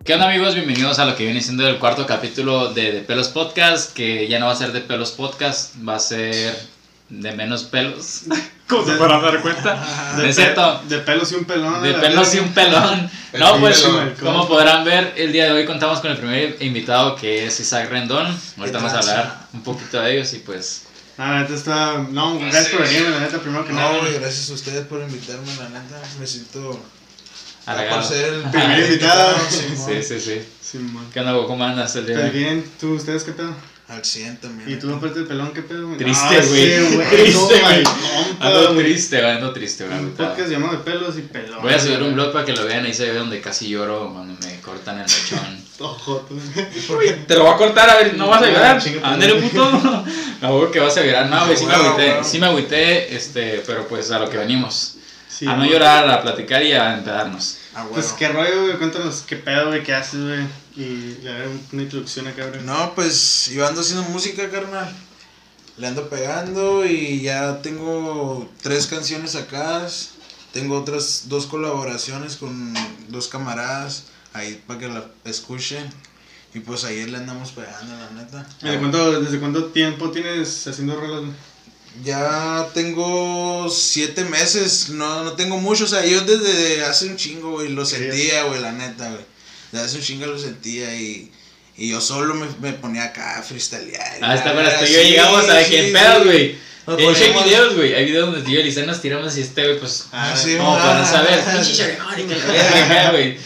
¿Qué onda, amigos? Bienvenidos a lo que viene siendo el cuarto capítulo de Pelos Podcast, que ya no va a ser de Pelos Podcast, va a ser de menos pelos. ¿Cómo se podrán dar cuenta? ¿Es cierto? De pelos y un pelón. De pelos y un pelón. No, pues, como podrán ver, el día de hoy contamos con el primer invitado, que es Isaac Rendón. Ahorita vamos a hablar un poquito de ellos y pues... La neta está... No, gracias por venir, la neta, primero que nada. No, gracias a ustedes por invitarme, la neta. Me siento... halagado. Por ser el primer invitado. Sí. ¿Qué onda, güey? ¿Cómo andas el día de hoy? Bien, ¿tú, ustedes qué pedo? Al 100 también. ¿Y tú aparte del pelón qué pedo? Triste, güey. Triste, güey. Ando triste, güey. Un podcast llamado de pelos y pelón. Voy a subir un blog para que lo vean, ahí se ve donde casi lloro cuando me cortan el mechón. Ojo, tú. Te lo voy a cortar, a ver, no vas a llorar. Ándale, puto. No, que vas a llorar. No, güey, sí me agüité, pero pues a lo que venimos. Sí, a no llorar, a platicar y a empedarnos. Pues qué rollo, güey, cuéntanos qué pedo, güey, qué haces, güey. Y le haré una introducción acá, güey. No, pues yo ando haciendo música, carnal. Le ando pegando y ya tengo 3 canciones sacadas. Tengo otras 2 colaboraciones con 2 camaradas ahí para que la escuchen. Y pues ahí le andamos pegando, la neta. ¿Desde cuánto tiempo tienes haciendo rolas, güey? Ya tengo 7 meses, no tengo mucho, o sea, yo desde hace un chingo, güey, lo sentía, güey, la neta, güey. Desde hace un chingo lo sentía y yo solo me ponía acá a freestylear. Hasta para tú y yo llegamos a que en pedos, güey. De hecho hay videos, güey, hay videos donde yo y Lisa nos tiramos y güey, pues, como para no saber, pinche charegón y que la güey.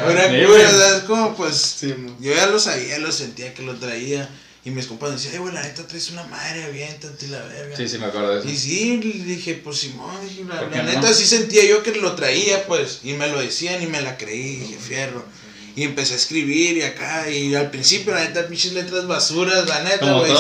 Es como, pues, yo ya lo sabía, lo sentía que lo traía. Y mis compas me decían, güey, la neta traes una madre, aviéntate la verga. Sí, me acuerdo de eso. Y sí, dije, pues Simón, la neta sí sentía yo que lo traía, pues. Y me lo decían y me la creí, dije, fierro. Y empecé a escribir y acá, y al principio, la neta, pinches letras basuras, la neta, güey.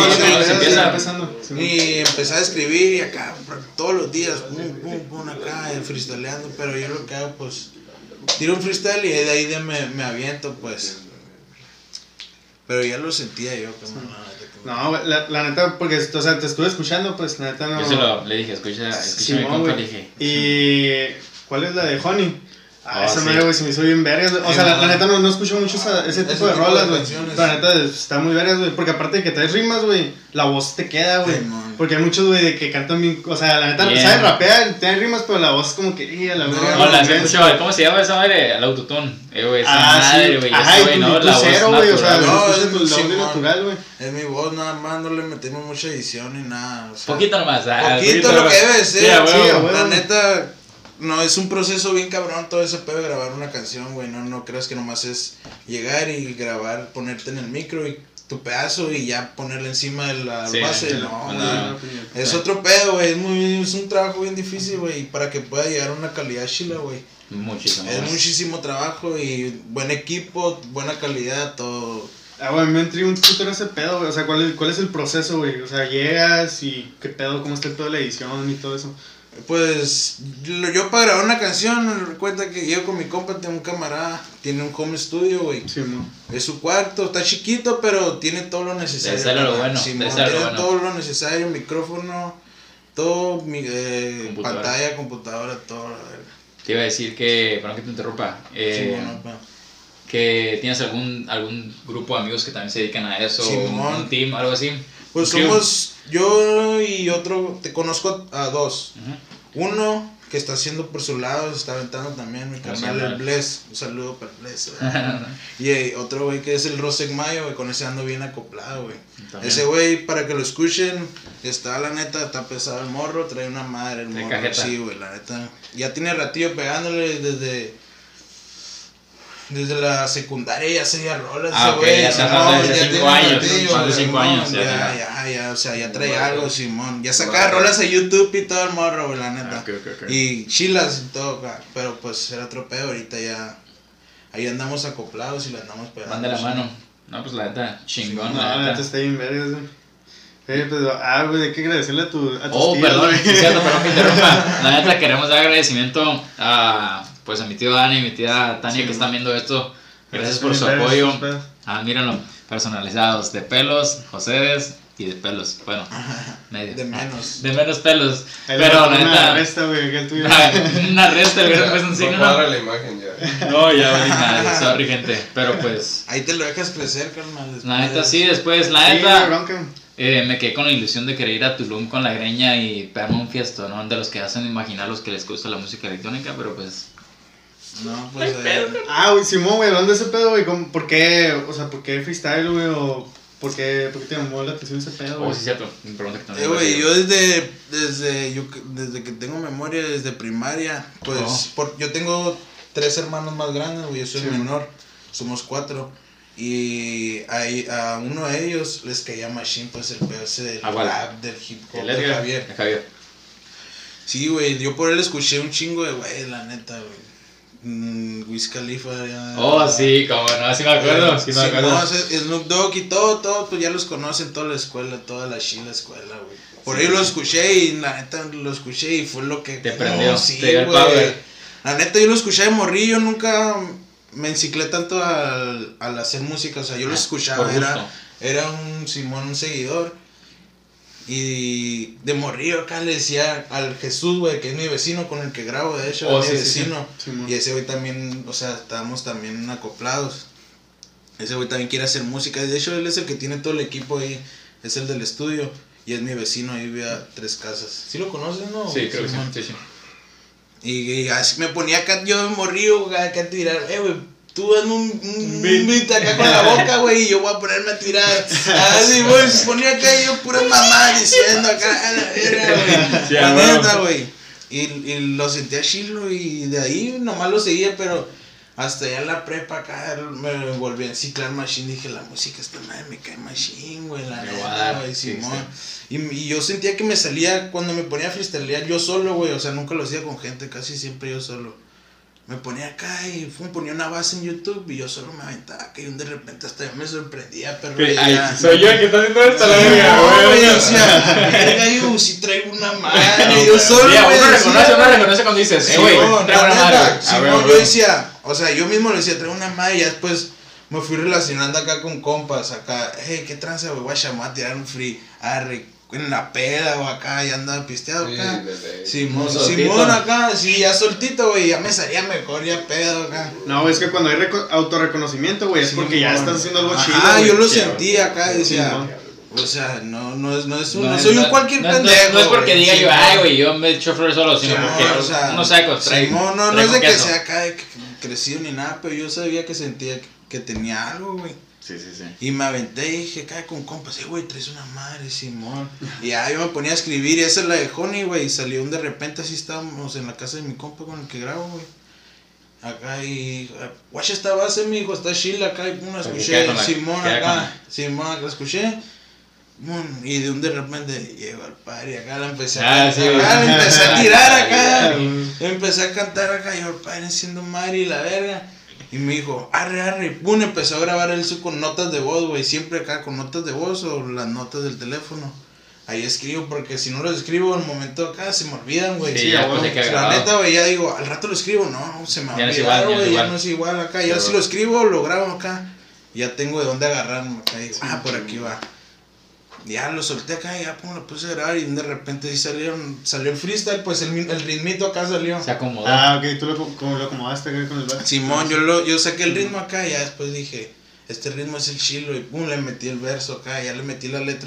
Y empecé a escribir y acá, todos los días, pum, acá, freestyleando. Pero yo lo que hago, pues, tiro un freestyle y de ahí me aviento, pues. Pero ya lo sentía yo, como no, la neta, porque, o sea, te estuve escuchando, pues, la neta no... Yo le dije, escucha mi compa, le dije. ¿Y cuál es la de Honey? Esa madre, güey, se me hizo bien vergas, o sea, la neta no escucho mucho ese tipo de rolas, güey. La neta está muy vergas, güey, porque aparte de que traes rimas, güey, la voz te queda, güey. Porque hay muchos, güey, de que cantan bien, o sea, la neta, saben rapear, tienen rimas, pero la voz es como que, la verga. No, la escuchaba, ¿cómo se llama esa madre? El autotune, güey, esa madre, güey, no, la voz cero, güey, o sea, no, es tu audio natural, güey. Es mi voz, nada más, no le metemos mucha edición ni nada, o sea, poquito nomás, poquito lo que debe ser, sí, la neta. No, es un proceso bien cabrón todo ese pedo de grabar una canción, güey. No creas que nomás es llegar y grabar, ponerte en el micro y tu pedazo y ya ponerle encima de la base. No, es otro pedo, güey. Es un trabajo bien difícil, güey. Y para que pueda llegar a una calidad chila, güey. Muchísimo trabajo y buen equipo, buena calidad, todo. Güey, me entré un puto en ese pedo, güey. O sea, ¿cuál es el proceso, güey? O sea, llegas y qué pedo, cómo está el pedo de la edición y todo eso. Pues yo para grabar una canción me recuerda que yo con mi compa tengo un camarada, tiene un home studio, güey. Sí, es su cuarto, está chiquito, pero tiene todo lo necesario. Tiene todo lo necesario, micrófono, todo, pantalla, computadora, todo. Te iba a decir que, para que te interrumpa, que tienes algún grupo de amigos que también se dedican a eso, un team, algo así. Pues somos yo y otro, te conozco a 2. Uno que está haciendo por su lado, se está aventando también, mi canal, el Bless. Un saludo para el Bless. Y otro güey que es el Rosek Mayo, güey, con ese ando bien acoplado, güey. Ese güey, para que lo escuchen, está la neta, está pesado el morro, trae una madre el morro. Sí, güey, la neta. Ya tiene ratillo pegándole desde la secundaria ya sería rolas, güey. Ya está desde 5 años. Más de 5 años. Ya, o sea, ya trae algo, Simón. Ya sacaba rolas a YouTube y todo el morro, güey, la neta. Y chilas y todo, pero pues era otro pedo, ahorita ya. Ahí andamos acoplados y le andamos pegando. Mande la mano. No, pues la neta, chingón. Sí, la neta está bien vergas, güey. Pues, güey, hay que agradecerle a tus tíos, perdón, perdón que interrumpa. La neta, queremos dar agradecimiento a mi tío Dani y mi tía Tania que están viendo esto. Gracias por su apoyo. Mírenlo, personalizados de pelos, Josédes, y de pelos. Bueno, medio. De menos. De menos pelos. Ahí Pero la una neta. resta, güey, que el tuyo. Una resta, güey, no un signo. No cuadra la imagen ya. No, ya vale madre, sorry, gente. Pero pues. Ahí te lo dejas crecer, carnal. La neta sí, después, la Sí, neta. bronca. Me quedé con la ilusión de querer ir a Tulum con la greña y pegarme un fiestón, ¿no? De los que hacen imaginar los que les gusta la música electrónica, pero pues. No, pues. Güey, Simón, güey, hablando de ese pedo, güey, ¿por qué? O sea, ¿por qué freestyle, güey? ¿O por qué te llamó la atención ese pedo, güey? Oh, sí, cierto. Me pregunta que también. Güey, yo desde que tengo memoria, desde primaria, pues. Yo tengo 3 hermanos más grandes, güey, yo soy el menor. Somos 4. Y a uno de ellos les caía machine, pues el pedo ese del rap, del hip hop, de Javier. Sí, güey, yo por él escuché un chingo de güey, la neta, güey. Wiz Khalifa, ya. Oh, sí, como no, sí me acuerdo. Sí me acuerdo. No, Snoop Dogg y todo, pues ya los conocen toda la escuela, toda la chila escuela, güey. Por ahí lo escuché y la neta lo escuché y fue lo que. Te prendió, sí, te dio el güey. power. La neta yo lo escuché de morrillo, nunca me enciclé tanto al hacer música, o sea, yo lo escuchaba, era un seguidor. Y de morrillo acá le decía al Jesús, güey, que es mi vecino con el que grabo, de hecho, es mi vecino. Sí, y ese güey también, o sea, estábamos también acoplados. Ese güey también quiere hacer música. De hecho, él es el que tiene todo el equipo ahí, es el del estudio. Y es mi vecino, ahí vive a 3 casas. ¿Sí lo conoces, no? Sí, creo que sí. Y así me ponía acá yo de morrillo, acá a tirar, güey. Tú hazme un beat acá con la boca, güey, y yo voy a ponerme a tirar. Así, güey, se ponía acá y yo pura mamá diciendo acá, a la verga, güey. La neta, güey. Y lo sentía chilo y de ahí nomás lo seguía, pero hasta ya en la prepa acá me volví a enciclar machine. Dije, la música esta madre me cae machine, güey, la neta, güey, Simón. Y yo sentía que me salía cuando me ponía a freestylear yo solo, güey, o sea, nunca lo hacía con gente, casi siempre yo solo. Me ponía acá y ponía una base en YouTube y yo solo me aventaba acá y de repente hasta yo me sorprendía, pero soy yo el que está haciendo esto, la verga, güey. Yo decía, verga, yo sí traigo una madre, yo solo, güey. Uno reconoce cuando dices, güey, traigo una madre. Yo decía, o sea, yo mismo le decía, traigo una madre y ya después me fui relacionando acá con compas, acá, hey, qué tranza, güey, voy a llamar a tirar un free, arre. En la peda o acá, ya andaba pisteado acá. Simón acá, sí, ya soltito, güey, ya me salía mejor, ya pedo acá. No, es que cuando hay autorreconocimiento, güey, es porque ya estás haciendo algo chido. Yo lo sentí acá, decía. O sea, no soy un cualquier pendejo. No es porque diga yo, ay, güey, yo me echo flores solo, sino porque uno sabe contraer. No es de que sea acá de crecido ni nada, pero yo sabía que sentía que tenía algo, güey. Sí. Y me aventé y dije, cae con compas, güey, traes una madre, Simón. Y ahí yo me ponía a escribir y esa es la de Honey, güey. Y salió de repente, así estábamos en la casa de mi compa con el que grabo, güey. Acá y, guacha esta base, mi hijo, está chill acá y pum, la escuché. Simón acá la escuché. Y de repente llego al party, acá la empecé a empecé a tirar acá. Empecé a cantar acá y al party siendo madre y la verga. Y me dijo, arre, pum, empezó a grabar él con notas de voz, güey, siempre acá con notas de voz o las notas del teléfono. Ahí escribo, porque si no lo escribo en el momento acá se me olvidan, güey. Sí, ya, la neta, güey, ya digo, al rato lo escribo, no, se me olvida, güey, ya no es igual acá. Ya si lo escribo, lo grabo acá, ya tengo de dónde agarrarme acá. Digo, por aquí va. Ya lo solté acá y ya lo puse a grabar y de repente sí salió el freestyle, pues el ritmito acá salió. Se acomodó. Ok, tú lo acomodaste acá con el back. Simón, yo saqué el ritmo acá y ya después dije, este ritmo es el chilo y pum, le metí el verso acá, ya le metí la letra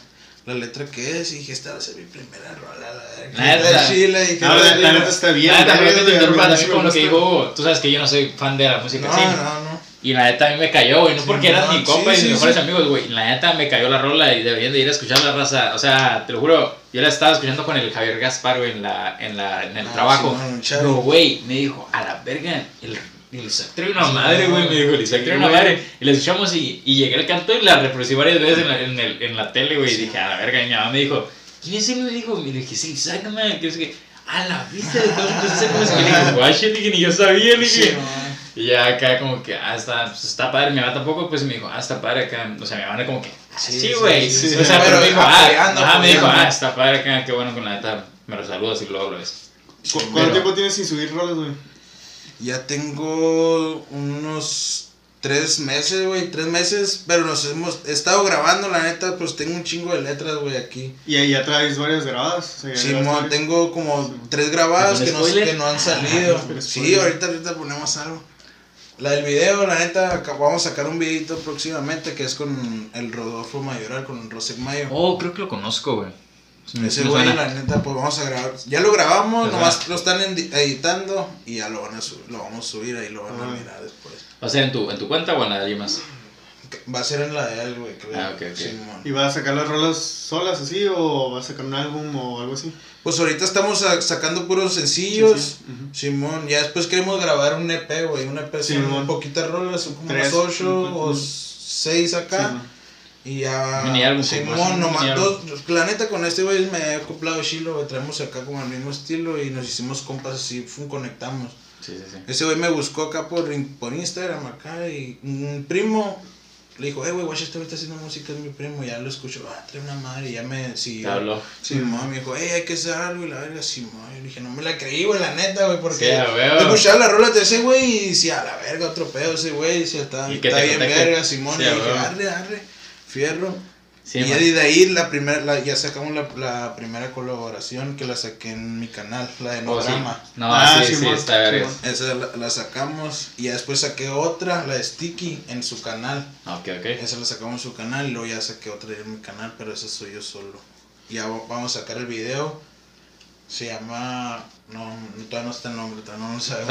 que es y dije, esta va a ser mi primera rola, la neta está bien. La neta, pero te interrumpa también con lo que dijo, tú sabes que yo no soy fan de la música así. No. Y la neta a mí me cayó, güey, no porque eras mi compa y mis mejores amigos, güey. La neta me cayó la rola y deberían de ir a escuchar la raza. O sea, te lo juro, yo la estaba escuchando con el Javier Gaspar, güey, en el trabajo. No, güey, me dijo, a la verga, el Isaac trae una madre, güey, me dijo, el Isaac trae una madre. Y la escuchamos y llegué al canto y la reproducí varias veces en la tele, güey. Y dije, a la verga, y mi mamá me dijo, ¿quién es él? Me dijo, y le dije, sí, Isaac, no me que a la vista de todo, entonces cómo es que le dije, guache, le dije, ni yo sabía, le dije. Y ya acá como que, está padre, mi mamá tampoco, pues me dijo, está padre acá, o sea, mi mamá como que, sí, güey, o sea, pero me dijo, está padre acá, qué bueno con la neta, me lo saludas y luego lo ves. ¿Cuánto tiempo tienes sin subir rolas, güey? Ya tengo unos 3 meses, güey, 3 meses, pero nos hemos estado grabando, la neta, pues tengo un chingo de letras, güey, aquí. ¿Y ahí ya traes varias grabadas? O sea, sí, tengo como 3 grabadas que no han salido. Sí, ahorita ponemos algo. La del video, la neta, vamos a sacar un videito próximamente que es con el Rodolfo Mayoral, con el Rosek Mayo. Oh, creo que lo conozco, güey. Ese güey, la neta, pues vamos a grabar. Ya lo grabamos, nomás lo están editando y ya lo vamos a subir, ahí lo van a mirar después. ¿Va a ser en tu cuenta o en la de alguien más? Va a ser en la de él, güey, creo. Ok. Sí, ¿Y vas a sacar las rolas solas así o vas a sacar un álbum o algo así? Pues ahorita estamos sacando puros sencillos, Simón. Ya después queremos grabar un EP, güey. Un EP son poquitas rolas, son como 3, unas 8 o 6 acá. Y ya. Simón, nomás 2. La neta, con este güey me he acoplado chilo, güey. Traemos acá como el mismo estilo y nos hicimos compas así, conectamos. Sí. Ese güey me buscó acá por Instagram acá y un primo le dijo, güey, guacha, este güey está haciendo música, es mi primo, y ya lo escucho, trae una madre, y ya me siguió. Habló. Simón, me dijo, hay que hacer algo, y la verga, Simón. Y dije, no me la creí, güey, la neta, güey, porque yo escuchaba la rola de ese güey y decía, a la verga, otro pedo ese güey, decía, está bien verga, Simón, y dije, arre, fierro. Sí, y de ahí ya sacamos la primera colaboración que la saqué en mi canal, la de Nograma. Sí. No, sí, está verga. Esa la sacamos y ya después saqué otra, la de Sticky, en su canal. Ok. Esa la sacamos en su canal y luego ya saqué otra en mi canal, pero esa soy yo solo. Ya vamos a sacar el video. Se llama... No, todavía no está el nombre, todavía no lo sabemos.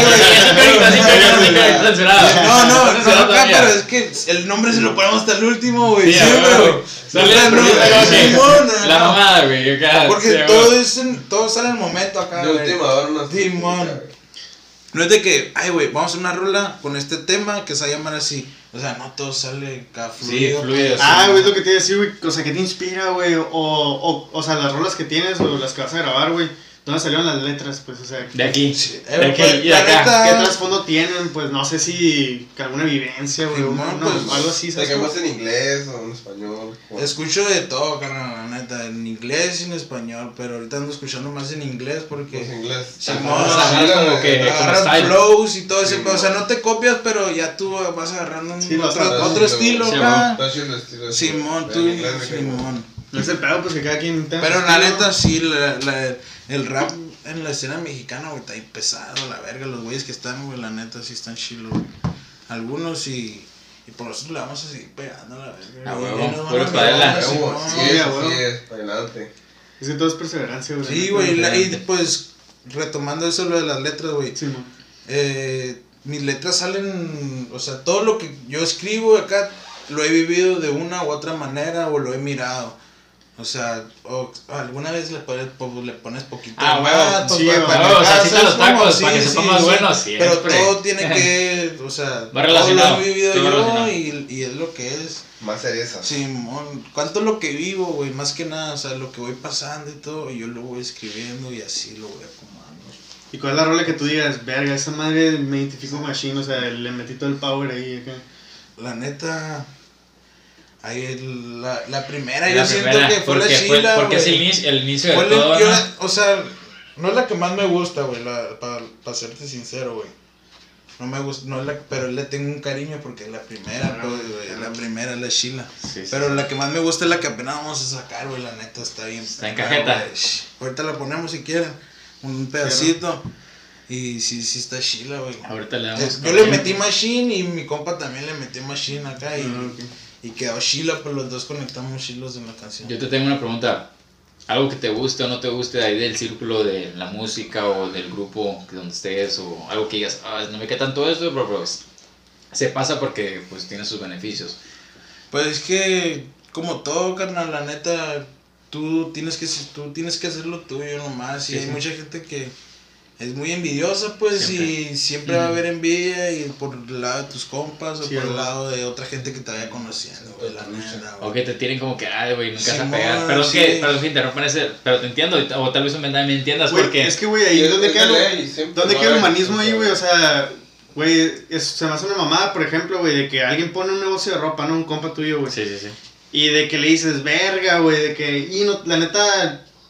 No, pero es que el nombre se lo ponemos hasta el último, güey. Siempre, güey. La mamada, güey. Porque todo sale al momento acá, de última hora, una Simón. No es de que, güey, vamos a hacer una rola con este tema que se va a llamar así. O sea, no todo sale acá fluido. Sí, fluido. Güey, es lo que te iba a decir, güey. O sea, ¿qué te inspira, güey? O sea, las rolas que tienes o las que vas a grabar, güey. ¿Dónde salieron las letras? Pues, o sea. De aquí. Sí. De aquí y de acá. ¿Qué trasfondo tienen? Pues no sé si alguna vivencia, güey. Algo así, ¿sabes? ¿De qué más en inglés o en español? Escucho de todo, carnal, la neta. En inglés y en español. Pero ahorita ando escuchando más en inglés porque. Pues inglés. Como que agarran flows y todo ese. O sea, no te copias, pero ya tú vas agarrando otro estilo acá. Simón, Simón. No es el pedo, pues que cada quien... Pero la neta, sí, el rap en la escena mexicana, güey, está ahí pesado, la verga. Los güeyes que están, güey, la neta, sí están chilos, güey. Algunos y por nosotros le vamos a seguir pegando, la verga. Huevo, pero para adelante. Sí, para adelante. Es que todo es perseverancia, güey. Sí, güey, y pues, retomando eso, lo de las letras, güey. Sí, mis letras salen, o sea, todo lo que yo escribo acá, lo he vivido de una u otra manera o lo he mirado. O sea, alguna vez le pones poquito más, sí, o sea, si los tacos para que se pongan más buenos, pero todo tiene que, o sea, todo lo he vivido yo y es lo que es. Más cereza. Simón, cuánto lo que vivo, güey, más que nada, o sea, lo que voy pasando y todo, y yo lo voy escribiendo y así lo voy acomodando. ¿Y cuál es la rola que tú digas, verga, esa madre me identifico machine, o sea, le metí todo el power ahí acá? La neta... la primera, yo siento que fue la chila, porque es el inicio de todo, ¿no? O sea, no es la que más me gusta, güey, para serte sincero, güey. No me gusta, pero le tengo un cariño porque es la primera, güey, la primera es la chila. Pero la que más me gusta es la que apenas vamos a sacar, güey, la neta está bien. Está en cajeta. Ahorita la ponemos si quieren, un pedacito. Y sí está chila, güey. Ahorita le damos. Yo le metí machine y mi compa también le metió machine acá y quedó chila, pues los dos conectamos chilos en la canción. Yo te tengo una pregunta. Algo que te guste o no te guste de ahí del círculo de la música o del grupo donde estés o algo que digas, no me queda tanto esto, pero pues, se pasa porque pues tiene sus beneficios. Pues es que, como todo, carnal, la neta, tú tienes que hacer lo tuyo nomás. Y hay mucha gente que es muy envidiosa, pues, y siempre va a haber envidia, y por el lado de tus compas o por el lado de otra gente que te vaya conociendo, güey, la neta. O que te tienen como que, güey, nunca se pegar. Pero es que, interrumpen ese, pero te entiendo, o tal vez me entiendas, wey, porque... Es que, güey, ahí, ¿dónde queda el humanismo ahí, güey? O sea, güey, se me hace una mamada, por ejemplo, güey, de que alguien pone un negocio de ropa, ¿no? Un compa tuyo, güey. Sí. Y de que le dices, verga, güey, de que, y no, la neta...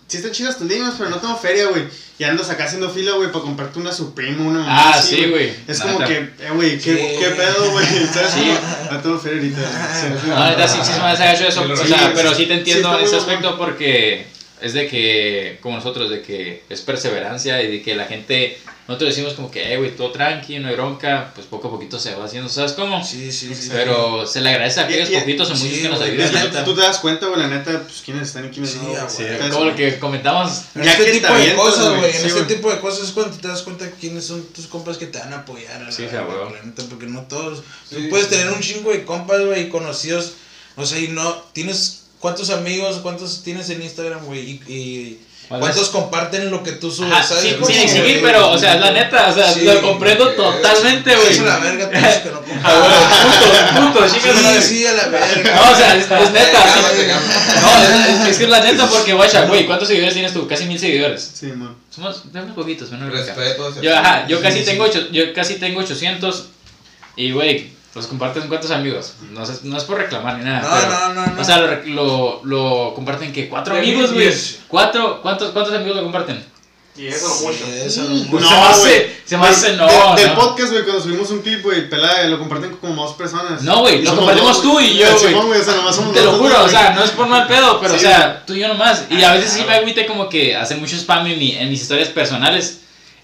sí están chidas tus limas, pero no tengo feria, güey. Y andas acá haciendo fila, güey, para comprarte una Supreme, una Ah, así, sí, güey. Es como que, güey, ¿qué pedo, güey? ¿Sabes? Sí. No tengo feria ahorita. No, neta, sí se me hace gacho eso. O sea, pero sí te entiendo sí, en ese aspecto porque es de que, como nosotros, de que es perseverancia y de que la gente, nosotros decimos como que, güey, todo tranqui, no hay bronca, pues poco a poquito se va haciendo, ¿sabes cómo? Sí. Pero se le agradece a aquellos poquitos o muchos que nos ayudan. Tú te das cuenta, güey, la neta, pues quiénes están y quiénes no. Sí, como lo que comentamos. En este tipo de cosas, güey, en este tipo de cosas es cuando te das cuenta quiénes son tus compas que te van a apoyar. Sí, la neta, porque no todos. Tú puedes tener un chingo de compas, güey, conocidos, o sea, y no, tienes... ¿Cuántos amigos, cuántos tienes en Instagram, güey? Y ¿cuántos comparten lo que tú subes? Ajá, ¿sabes? sí, sin exhibir, pero, o sea, es la neta, o sea, sí, lo comprendo totalmente, güey. Es la verga, tú que no comparten. Puto, chicas. Sí, a la verga. No, o sea, es neta. No, es que es la neta porque, güey, ¿cuántos seguidores tienes tú? Casi 1000 seguidores. Sí, man. Tenemos poquitos, ¿no? Respeto. Yo casi tengo 800 y, güey, los comparten con cuántos amigos. No es por reclamar ni nada. No. O sea, lo comparten que 4 amigos, güey. ¿Cuántos amigos lo comparten? Y eso no mucho. Se me hace, Del podcast, güey, cuando subimos un clip, güey, pelada, lo comparten como 2 personas. No, güey, lo compartimos tú y yo, güey. O sea, nomás somos te lo juro, o sea, no es por mal pedo, pero, sí, o sea, tú y yo nomás. Y a veces sí me agüite como que hacen mucho spam en mis historias personales.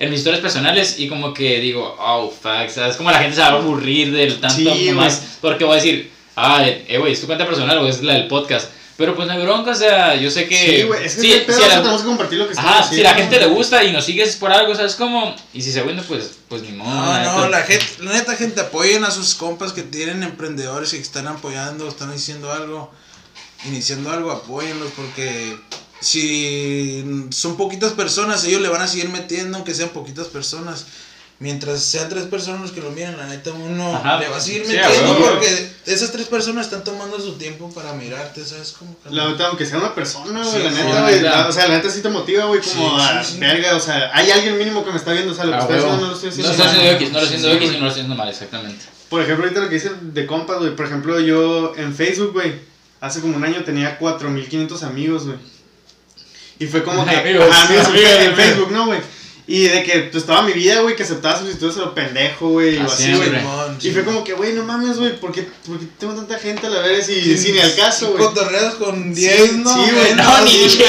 Y como que digo, oh, fuck, ¿sabes? Como la gente se va a aburrir del tanto nomás. Porque voy a decir, güey, ¿es tu cuenta personal o es la del podcast? Pero pues no hay bronca, o sea, yo sé que... Sí, güey, es que tenemos que compartir lo que estamos haciendo. Si la gente le gusta y nos sigues por algo, ¿sabes cómo? Y si se vende, pues ni modo. La neta, gente, apoyen a sus compas que tienen emprendedores y que están apoyando, están diciendo algo, iniciando algo, apóyenlos porque... Si son poquitas personas, ellos le van a seguir metiendo, aunque sean poquitas personas. Mientras sean 3 personas los que lo miren, la neta uno le va a seguir metiendo porque esas 3 personas están tomando su tiempo para mirarte, ¿sabes? Como la neta, aunque sea una persona, güey, la neta, güey. O sea, la neta sí te motiva, güey, como verga, o sea, hay alguien mínimo que me está viendo, o sea, lo que estoy haciendo no lo estoy haciendo. No lo estoy haciendo X y no lo estoy haciendo mal, exactamente. Por ejemplo, ahorita lo que dicen de compas, güey, por ejemplo, yo en Facebook, güey, hace como un año tenía 4500 amigos, güey. Y fue como que amigos en Facebook, ¿no, güey? Y de que pues toda mi vida, güey, que aceptaba solicitudes a lo pendejo, güey, o así, güey. Y fue como que, güey, no mames, güey, ¿por qué tengo tanta gente a la vez y sin el caso, güey? Cotorreas con 10, ¿no? Sí, güey. No, ni 10,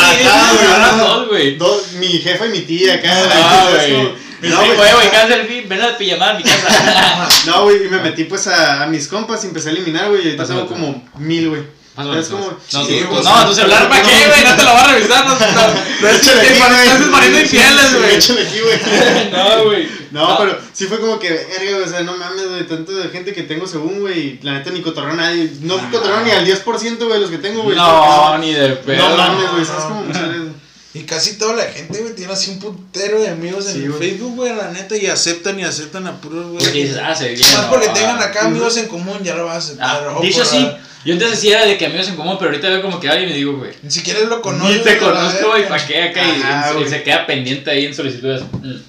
güey. Mi jefa y mi tía acá. Güey. Güey, casa del fin, ven a pijamar a mi casa. No, güey, y me metí pues a mis compas y empecé a eliminar, güey, y ahorita tengo como 1000, güey. Es como, tu celular, ¿para qué, güey? No te lo va a revisar, no estás poniendo infieles, güey. Échale aquí, güey. No, güey. No, pero sí fue como que, verga, güey, o sea, no mames, güey, tanta gente que tengo según, güey, la neta ni cotorreo a nadie, no cotorreo ni al 10%, güey, los que tengo, güey. No, ni de pedo. No mames, güey, ¿sabes cómo muchas veces? Y casi toda la gente, güey, tiene así un putero de amigos en Facebook, güey, la neta, y aceptan a puros, güey. Porque dices, se viene. Más porque tengan acá amigos en común, ya lo vas a aceptar. Dicho sí, yo antes sí era de que amigos en común, pero ahorita veo como que alguien y me digo, güey. Ni siquiera lo conozco. Ni te conozco, güey, ¿para qué acá? Y se queda pendiente ahí en solicitudes.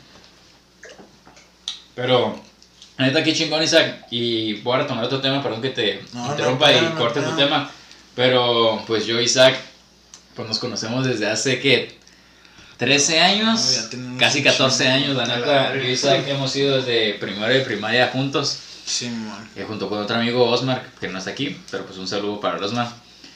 Pero, la neta, qué chingón, Isaac. Y voy a retomar otro tema, perdón que te interrumpa y corte tu tema. Pero, pues yo, Isaac, pues nos conocemos desde hace, ¿qué? 13 años, casi 14 años, la neta. Yo y Isaac hemos ido desde primero de primaria juntos. Sí, man. Junto con otro amigo, Osmar, que no está aquí, pero pues un saludo para Osmar.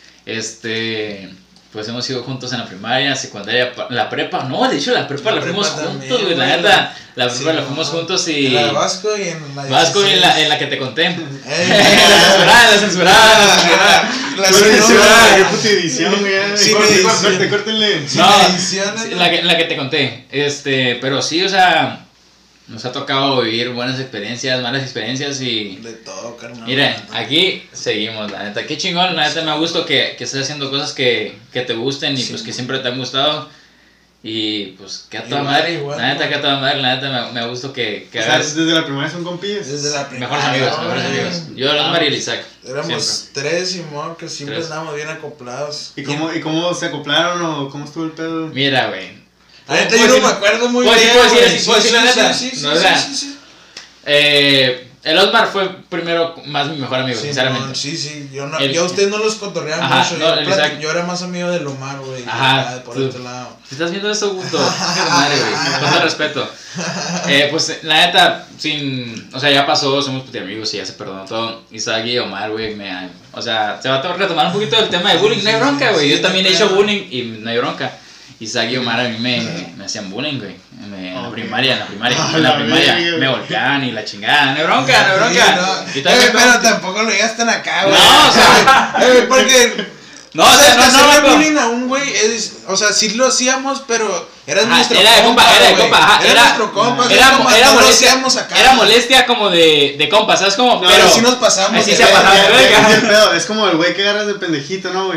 Pues hemos ido juntos en la primaria, secundaria, la prepa, no, de hecho la prepa la fuimos juntos, güey, la neta, la prepa la fuimos juntos y... En la Vasco y en la... Vasco y en la que te conté. La censurada. Qué puta edición, güey. Córtenle. No, la que te conté, pero sí, o sea... Nos ha tocado vivir buenas experiencias, malas experiencias y... De todo, carnal. Mira, aquí seguimos, la neta. Qué chingón, la neta me gusta que estés haciendo cosas que te gusten y pues que siempre te han gustado. Y pues que a toda madre, la neta que a toda madre, la neta me gusta que hagas... Desde la primaria son compillas. Desde la primaria. Mejores amigos. Yo, Osmar y el Isaac. Éramos 3 y more que siempre estábamos bien acoplados. ¿Y cómo se acoplaron o cómo estuvo el pedo? Mira, güey. La neta yo no me acuerdo muy bien. ¿Puedo decir la neta? Sí. El Osmar fue primero más mi mejor amigo, sí, sinceramente. No, sí, yo a ustedes no los contorreaba mucho. No, yo era más amigo del Omar, güey. Ajá, por este lado. Si estás viendo eso, Gusto, madre, güey, con todo respeto. Pues la neta, o sea, ya pasó, somos amigos y ya se perdonó todo. Isaac y Omar, güey, o sea, se va a retomar un poquito del tema de bullying, no hay bronca, güey. Yo también he hecho bullying y no hay bronca. Isaac y Omar a mí me hacían bullying, güey. En la primaria me golpeaban y la chingada. No hay bronca. Sí, pero tampoco lo digas tan acá, güey. No, o sea, porque... No, o sea, no, hacerle bullying a un güey o sea, sí lo hacíamos, pero era nuestro compa. Era nuestro compa. Era molestia como de compa, ¿sabes cómo? No, pero sí nos pasamos. Así se pasaba. Es como el güey que agarras de pendejito, ¿no, güey?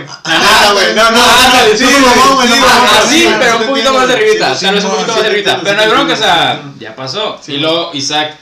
Sí, pero un poquito más arribita. Tal vez un poquito más arribita. Pero no hay bronca, o sea, ya pasó. Y luego Isaac,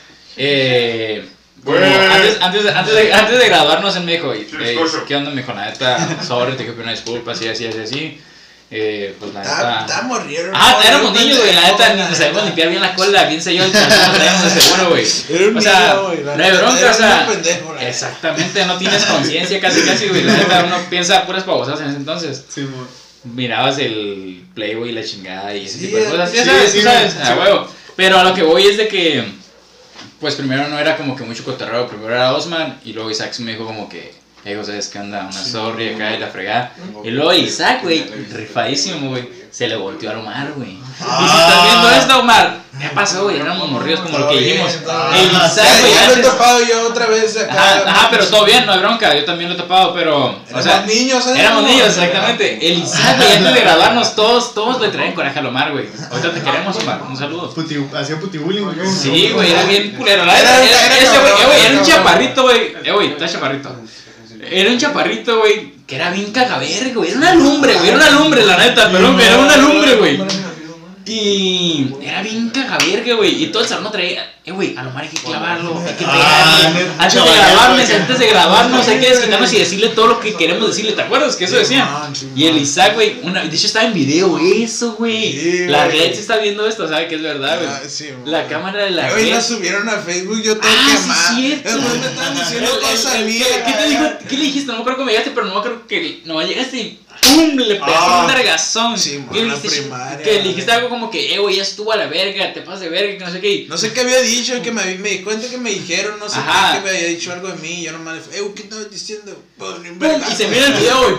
antes de graduarnos él me dijo, ¿qué onda? Me dijo, la neta, sorry, te quiero una disculpa, así. Pues la neta. Estábamos riendo. Éramos niños, güey, la neta, ni sabíamos limpiar bien la cola, bien sellado el calzón, traíamos de seguro, güey. O sea, no hay bronca, o sea. Exactamente, no tienes conciencia casi, güey. La neta, uno piensa puras pavosadas en ese entonces. Sí, amor. Mirabas el Playboy y la chingada y ese tipo de cosas. Sí, sabes, a huevo. Pero a lo que voy es de que. Pues primero no era como que mucho cotorreo, primero era Osman y luego Isaac me dijo como que, ¿sabes qué onda? Una sorry acá y la fregada. Y luego Isaac, güey, rifadísimo, güey, se le volteó a Omar, güey. Y si estás viendo esto, Omar, ¿qué pasó, güey? Éramos morridos como lo que dijimos. El Isaac, güey, ya lo he topado yo otra vez acá. Ajá, pero todo bien, no hay bronca, yo también lo he topado, pero... Éramos niños, exactamente. El Isaac, güey, antes de grabarnos, todos le traían coraje al Omar, güey. Ahorita te queremos, Omar, un saludo. Hacía putibullying, güey. Sí, güey, era bien culero. Ese güey, era un chaparrito, güey. Está chaparrito. Era un chaparrito, güey, que era bien cagaverga, güey. Era una lumbre, la neta, pero era una lumbre, güey. Y era bien cagaverga, güey. Y todo el salón traía, güey, a lo mejor hay que clavarlo, hay que pegarle. Antes de grabarnos, hay que desquitarnos y decirle todo lo que queremos decirle. ¿Te acuerdas que eso decía? Y el Isaac, güey, de hecho estaba en video, güey, eso, güey. La Red se está viendo esto, ¿sabe que es verdad, güey? La cámara de la Red. Hoy la subieron a Facebook, yo todo quemado. Sí, cierto. Después me estaban diciendo cosas mías. ¿Qué te dijo? ¿Qué le dijiste? No me acuerdo cómo me llegaste, pero no me acuerdo que no llegaste y ¡pum! Le pegaste un vergazón. Sí, que le dijiste algo como que, güey, ya estuvo a la verga, te pasas de verga, que no sé qué. No sé qué había dicho, que me di cuenta que me dijeron, no sé qué, que me había dicho algo de mí. Yo nomás le dije, ¿qué estabas diciendo? Y se mira el video, güey.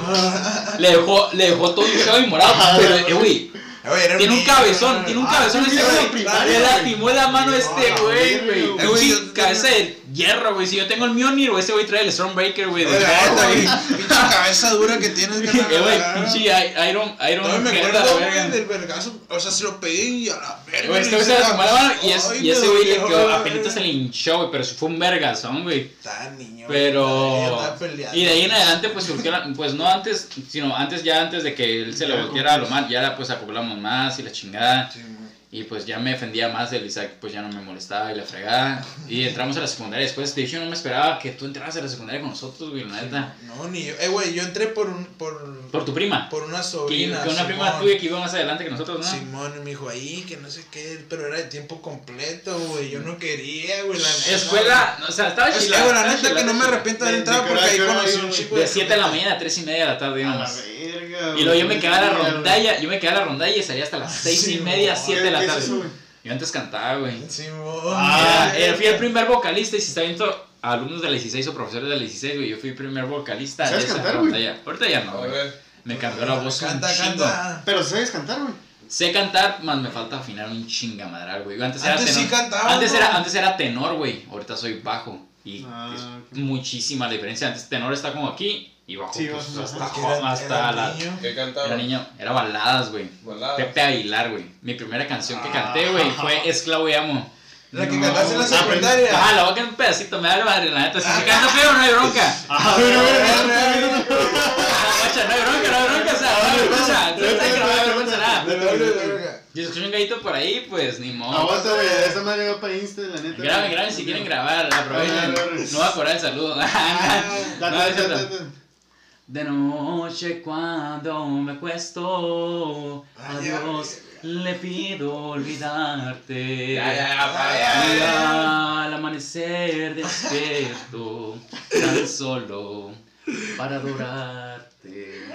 Le dejó todo hinchado y morado, pero, güey. Tiene un cabezón ese güey. Le lastimó la mano a este güey. Cabeza de hierro, güey. Si yo tengo el Mjolnir, güey, ese güey trae el Stormbreaker, güey. Pinche cabeza dura que tienes, güey. Pinche Iron. No me acuerdo, güey, del vergazo. O sea, se lo pegué y a la verga. Güey, este güey se lastimó la mano y ese güey le quedó. Apenas se le hinchó, güey. Pero fue un vergazón, güey. Está niño. Pero. Y de ahí en adelante, pues surgió pues no antes, sino antes de que él se le volteara a lo mal, ya pues acoplamos más y la chingada. Y pues ya me defendía más, el Isaac pues ya no me molestaba y la fregada. Y entramos a la secundaria después. De hecho, no me esperaba que tú entraras a la secundaria con nosotros, güey, la neta. No, ni yo. Güey, yo entré por tu prima. Por una sobrina. Que una prima tuya que iba más adelante que nosotros, ¿no? Simón, y me dijo ahí, que no sé qué, pero era de tiempo completo, güey. Yo no quería, güey, la neta. Escuela, o sea, estaba chila. La neta que no me arrepiento de haber entrado porque ahí conocí un chico. De 7 de la mañana a 3:30 de la tarde, digamos. Y luego yo me quedaba a la rondalla y salía hasta las 6:30, 7 de la tarde. Yo antes cantaba, güey. Fui el primer vocalista y si está viendo alumnos de la 16 o profesores de la 16, güey, yo fui el primer vocalista de esa rondalla. Ahorita ya no, güey. Me cambió la voz un chingo. Pero ¿sabes cantar, güey? Sé cantar, más me falta afinar un chingamadral, güey. Antes era tenor. Sí cantaba, antes era tenor, güey. Ahorita soy bajo. Y es muchísima la diferencia. Antes tenor está como aquí y bajo sí, pues, hasta la... ¿Qué cantaba? Era niño, era baladas, güey. Pepe Aguilar, güey. Mi primera canción que canté, güey, fue Esclavo y Amo. La que cantaste en la secundaria. La voy a cantar un pedacito, me da madre, la neta. Si se canta feo, no hay bronca. No hay bronca, o sea, no hay vergüenza nada. Si escucho un gallito por ahí, pues ni modo. Aguanta, güey, esa madre va para Insta, la neta. Graben si quieren grabar, aprovechen. No va a cobrar el saludo. De noche cuando me acuesto, adiós. Le pido olvidarte. Ya. Y al amanecer despierto, tan solo para adorarte.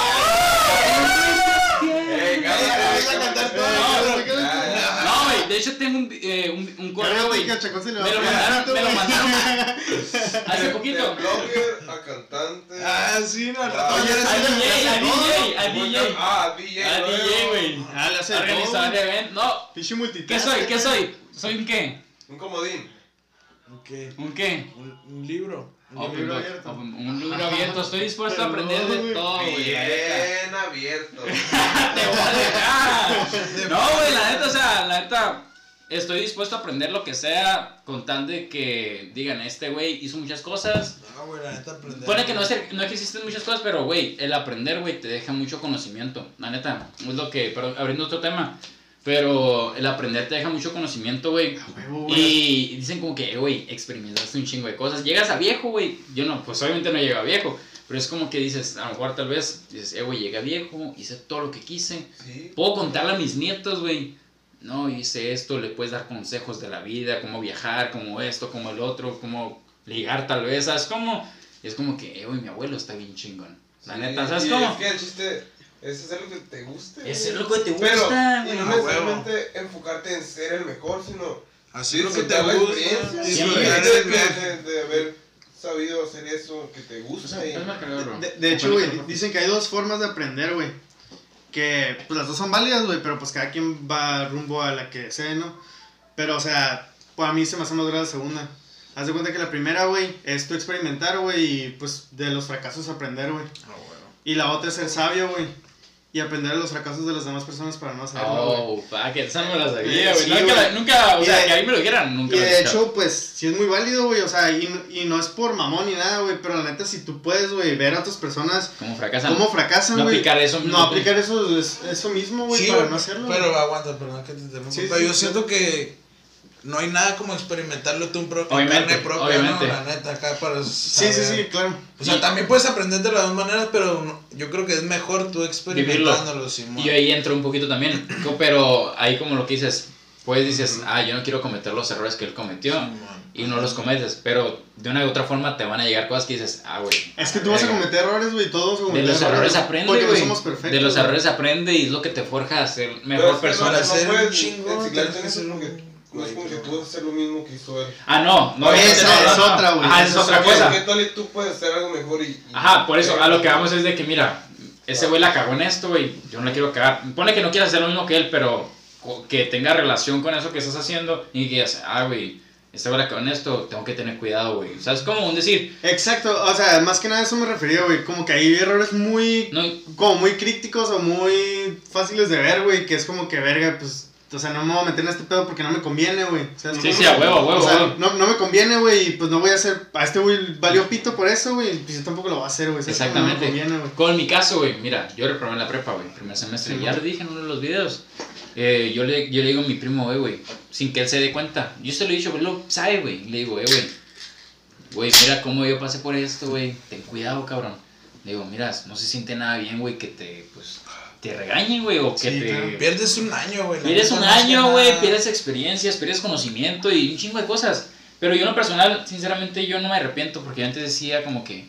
No, güey, de hecho tengo un correo, güey. Me lo mandaron hace poquito. De blogger a cantante. Sí, no, A DJ, güey. Le hace Organizador de eventos. No, Pichi multitask. ¿qué soy? ¿Soy un qué? Un comodín. ¿Un qué? Un libro. Un libro abierto. Un libro abierto. Estoy dispuesto a aprender de todo, güey. Bien abierto. No, güey, la neta, estoy dispuesto a aprender lo que sea con tal de que digan, este güey hizo muchas cosas. No, güey, la neta aprender. Pone que no existen muchas cosas, pero, güey, el aprender, güey, te deja mucho conocimiento. La neta, es lo que, pero abriendo otro tema, pero el aprender te deja mucho conocimiento, güey. Y dicen como que, güey, experimentaste un chingo de cosas. Llegas a viejo, güey. Yo no, pues obviamente no llego a viejo. Pero es como que dices, a lo mejor tal vez, dices, güey, llegué a viejo, hice todo lo que quise. Sí. Puedo contarle a mis nietos, güey. No, hice esto, le puedes dar consejos de la vida, cómo viajar, cómo esto, cómo el otro, cómo ligar tal vez, ¿sabes cómo? Es como que, güey, mi abuelo está bien chingón. La neta, ¿sabes cómo? Es que el chiste es hacer lo que te guste. Es lo que te Pero, gusta, y güey. no necesariamente enfocarte en ser el mejor, sino Así lo que te disfrutar la gusta. experiencia, Disfrutar Sí, el viaje. de haber sabido hacer eso que te gusta. De hecho, güey, dicen que hay dos formas de aprender, güey. Que, pues, las dos son válidas, güey, pero pues cada quien va rumbo a la que sea, ¿no? Pero, o sea, pues a mí se me hace más dura la segunda. Haz de cuenta que la primera, güey, es tú experimentar, güey, y pues de los fracasos aprender, güey. Y la otra es ser sabio, güey. Y aprender de los fracasos de las demás personas para no hacerlo, güey. Que esa no me la sabía, güey. Sí, Nunca, o Y sea, de- que a mí me lo dijeran, nunca Y lo he de escuchado. hecho, pues, sí es muy válido, güey, o sea, y no es por mamón ni nada, güey, pero la neta, si tú puedes, güey, ver a otras personas ¿Cómo fracasan? cómo fracasan, No güey. aplicar eso No mismo, aplicar eso mismo, güey, Sí, para güey, no hacerlo. pero güey. aguanta, perdón que te interrumpa. Sí, pero sí, yo sí. siento que no hay nada como experimentarlo tú en Obviamente, carne propia, obviamente. ¿no? La neta, acá para Sí, saber. claro. O sea, también puedes aprender de las dos maneras, pero yo creo que es mejor tú experimentándolo, Simón. Y ahí entro un poquito también, pero ahí como lo que dices, pues dices, yo no quiero cometer los errores que él cometió, Simón. y no los cometes, pero de una u otra forma te van a llegar cosas que dices, güey. Es que tú vas a cometer errores, güey, todos vamos a De cometer los errores aprende, porque güey. no somos perfectos. De los güey. errores aprende y es lo que te forja a ser mejor persona. no ser puedes un chingón, enciclarte tienes en que eso ser porque no es como que tú vas a hacer lo mismo que hizo él. No, Esa es otra, güey. Ajá, es otra cosa. ¿Qué tal y tú puedes hacer algo mejor y Ajá, por eso, a lo que vamos es de que, mira, ese güey la cagó en esto, güey, yo no la quiero cagar. Pone que no quieras hacer lo mismo que él, pero que tenga relación con eso que estás haciendo y que digas, güey, esta güey la cagó en esto, tengo que tener cuidado, güey. ¿Sabes cómo? Un decir, Exacto, o sea, más que nada a eso me refería, güey, como que hay errores muy, no, como muy críticos o muy fáciles de ver, güey, que es como que, verga, pues, o sea, no me voy a meter en este pedo porque no me conviene, güey. ¿Sabes Sí, cómo? sí, a huevo, O sea, huevo. no me conviene, güey, y pues no voy a hacer, a este güey valió pito por eso, güey, pues yo tampoco lo voy a hacer, güey. ¿sabes? Exactamente. No me conviene, güey. Con mi caso, güey, mira, yo reprobé en la prepa, güey, primer semestre. Ya lo dije en uno de los videos. Yo le digo a mi primo, güey, sin que él se dé cuenta. Yo se lo he dicho, güey, lo sabe, güey. Le digo, güey, mira cómo yo pasé por esto, güey. Ten cuidado, cabrón. Le digo, mira, no se siente nada bien, güey, que te regañen, güey, o que Sí, te... claro. Pierdes un año, güey. la Pierdes neta, un no hace año, nada. güey, pierdes experiencias, pierdes conocimiento y un chingo de cosas. Pero yo en lo personal, sinceramente, yo no me arrepiento porque yo antes decía como que,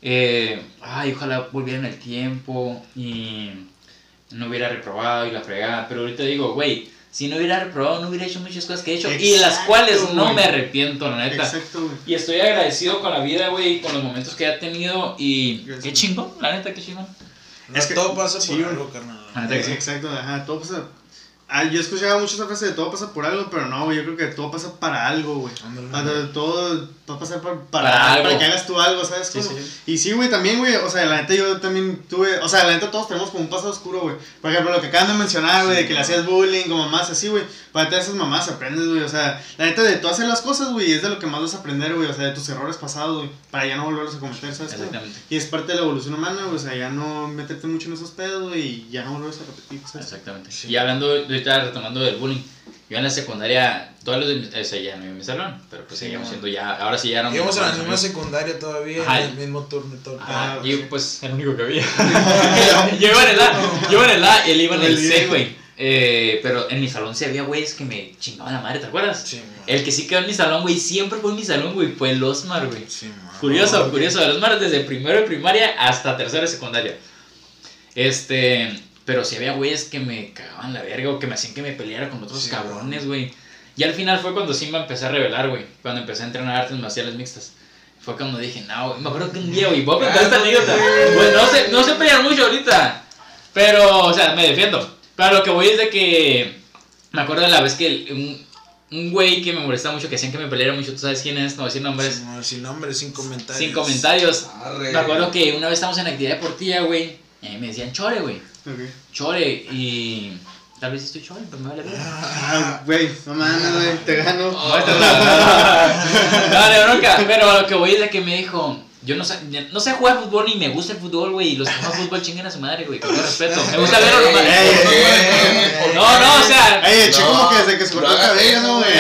ojalá volviera en el tiempo y no hubiera reprobado y la fregada. Pero ahorita digo, güey, si no hubiera reprobado, no hubiera hecho muchas cosas que he hecho y de las Exacto, cuales no güey. me arrepiento, la neta. Exacto, güey. Y estoy agradecido con la vida, güey, con los momentos que he tenido y Gracias. qué chingón, la neta, qué chingón. No, Es que- todo pasa sí, por güey. algo, carnal. La neta que sí. Exacto, ajá, todo pasa. Yo escuchaba mucho esa frase de todo pasa por algo, pero no, güey, yo creo que todo pasa para algo, güey. Ándale. O sea, todo va a pasar Para para algo. que hagas tú algo, ¿sabes Sí, cómo? sí. Y sí, güey, también, güey, o sea, la neta yo también tuve, o sea, la neta todos tenemos como un pasado oscuro, güey. Por ejemplo, lo que acaban de mencionar, güey, de que le hacías bullying o mamás así, güey. Para neta de esas mamás aprendes, güey, o sea, la neta de tú hacer las cosas, güey, es de lo que más vas a aprender, güey, o sea, de tus errores pasados, güey, para ya no volverlos a cometer, ¿sabes cómo? Exactamente. Y es parte de la evolución humana, güey, o sea, ya no meterte mucho en esos pedos, güey, y ya no volverlos a repetir, ¿sabes? Exactamente. Sí. Y hablando, ahorita retomando del bullying, yo en la secundaria, todos los de, o sea, ya no iba en mi salón, pero pues Sí, seguíamos no. siendo ya, ahora sí ya éramos... Íbamos a la mejores misma amigos. secundaria todavía, Ajá. en el mismo turno y todo. Y pues, el único que había. yo iba en el A y él iba en el C, güey. pero en mi salón sí había güeyes que me chingaban la madre, ¿te acuerdas? Sí, man. El que sí quedó en mi salón, güey, siempre fue en mi salón, güey, fue el Osmar, güey. Sí, man. Curioso, ok. curioso, el Osmar desde primero de primaria hasta tercero de secundaria. Pero sí había güeyes que me cagaban la verga o que me hacían que me peleara con otros Sí, cabrones, güey. Y al final fue cuando sí me empecé a rebelar, güey. Cuando empecé a entrenar artes marciales mixtas. Fue cuando dije, no, güey, me acuerdo que un día, güey, voy a contar esta anécdota. Pues no sé pelear mucho ahorita. Pero, o sea, me defiendo. Pero lo que voy es de que me acuerdo de la vez que un güey que me molestaba mucho, que hacían que me peleara mucho, ¿tú sabes quién es? No voy a decir nombres. Sí, man, sin nombres, sin comentarios. Sin comentarios. Arre. Me acuerdo que una vez estábamos en actividad deportiva, güey. Y me decían chore, güey. Ok. Chore. Y tal vez estoy chore, pero me vale verga. Ah, güey, no mames, güey, te gano. No, de bronca. Pero a lo que voy es de que me dijo, yo no sé jugar fútbol ni me gusta el fútbol, güey. Y los que juegan fútbol chinguen a su madre, güey. Con todo respeto. Me gusta verlo nomás. No, o sea. Ey, el chico como que desde que se cortó el cabello, ¿no, güey?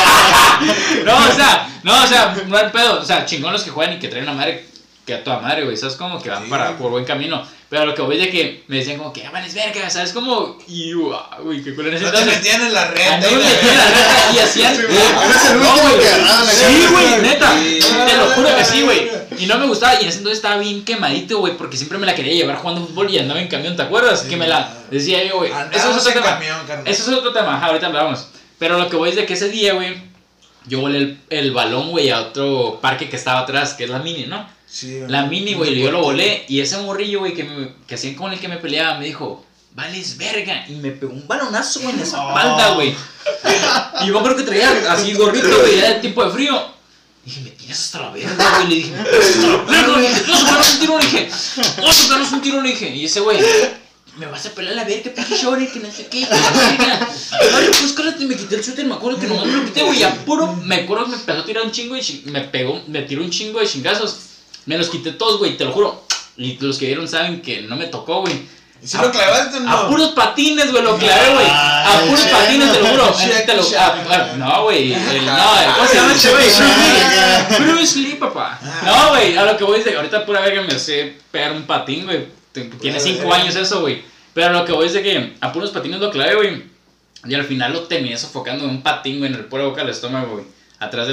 No, o sea, no hay pedo. O sea, chingón los que juegan y que traen una madre que a toda madre, güey. ¿Sabes? Como que van Sí, por buen camino. Pero a lo que voy de que me decían como que, ya vales verga, ¿sabes? Como, y, güey, qué culo en ese No te entonces. metían en la red. No me metí en la reta y hacían. Eres el No, último güey. que agarraban la Sí, cara. güey, neta. Sí. Te lo juro que sí, güey. Y no me gustaba. Y en ese entonces estaba bien quemadito, güey. Porque siempre me la quería llevar jugando fútbol y andaba en camión, ¿te acuerdas? Sí, que me la decía yo, güey. Eso es otro tema. Camión, carnal. Eso es otro tema. Ajá, ahorita hablamos. Pero lo que voy es de que ese día, güey, yo volé el balón, güey, a otro parque que estaba atrás, que es la Mini, ¿no? Sí, La Mini, güey, yo lo volé. Y ese morrillo, güey, que hacían con el que me peleaba, me dijo, vales verga. Y me pegó un balonazo, güey, en la espalda, güey. Y yo creo que traía así gorrito, güey, ya de tiempo de frío. Dije, me tiras hasta la verga, güey. Le dije, me tiras hasta la verga. Le dije, vamos a pegarnos un tiro, le dije. Vamos a pegarnos un tiro, le dije. Y ese güey, me vas a pelar la verga, pinche shore, que no sé qué. Ay, pues cálate, me quité el suéter, me acuerdo que nomás me lo quité, güey. Me acuerdo que me empezó a tirar un chingo y me tiró un chingo de chingazos. Me los quité todos, güey, te lo juro. Y los que vieron saben que no me tocó, güey. ¿Y si lo clavaste o no? A puros patines, güey, lo clavé, güey. A puros patines, te lo juro. No, güey. ¿Cómo se llama este güey? Bruce Lee, papá. No, güey, a lo que voy es de que ahorita pura verga me sé pegar un patín, güey. Tiene 5 años eso, güey. Pero a lo que voy es de que a puros patines lo clavé, güey. Y al final lo terminé sofocando en un patín, güey, en el pura boca del estómago, güey. Atrás de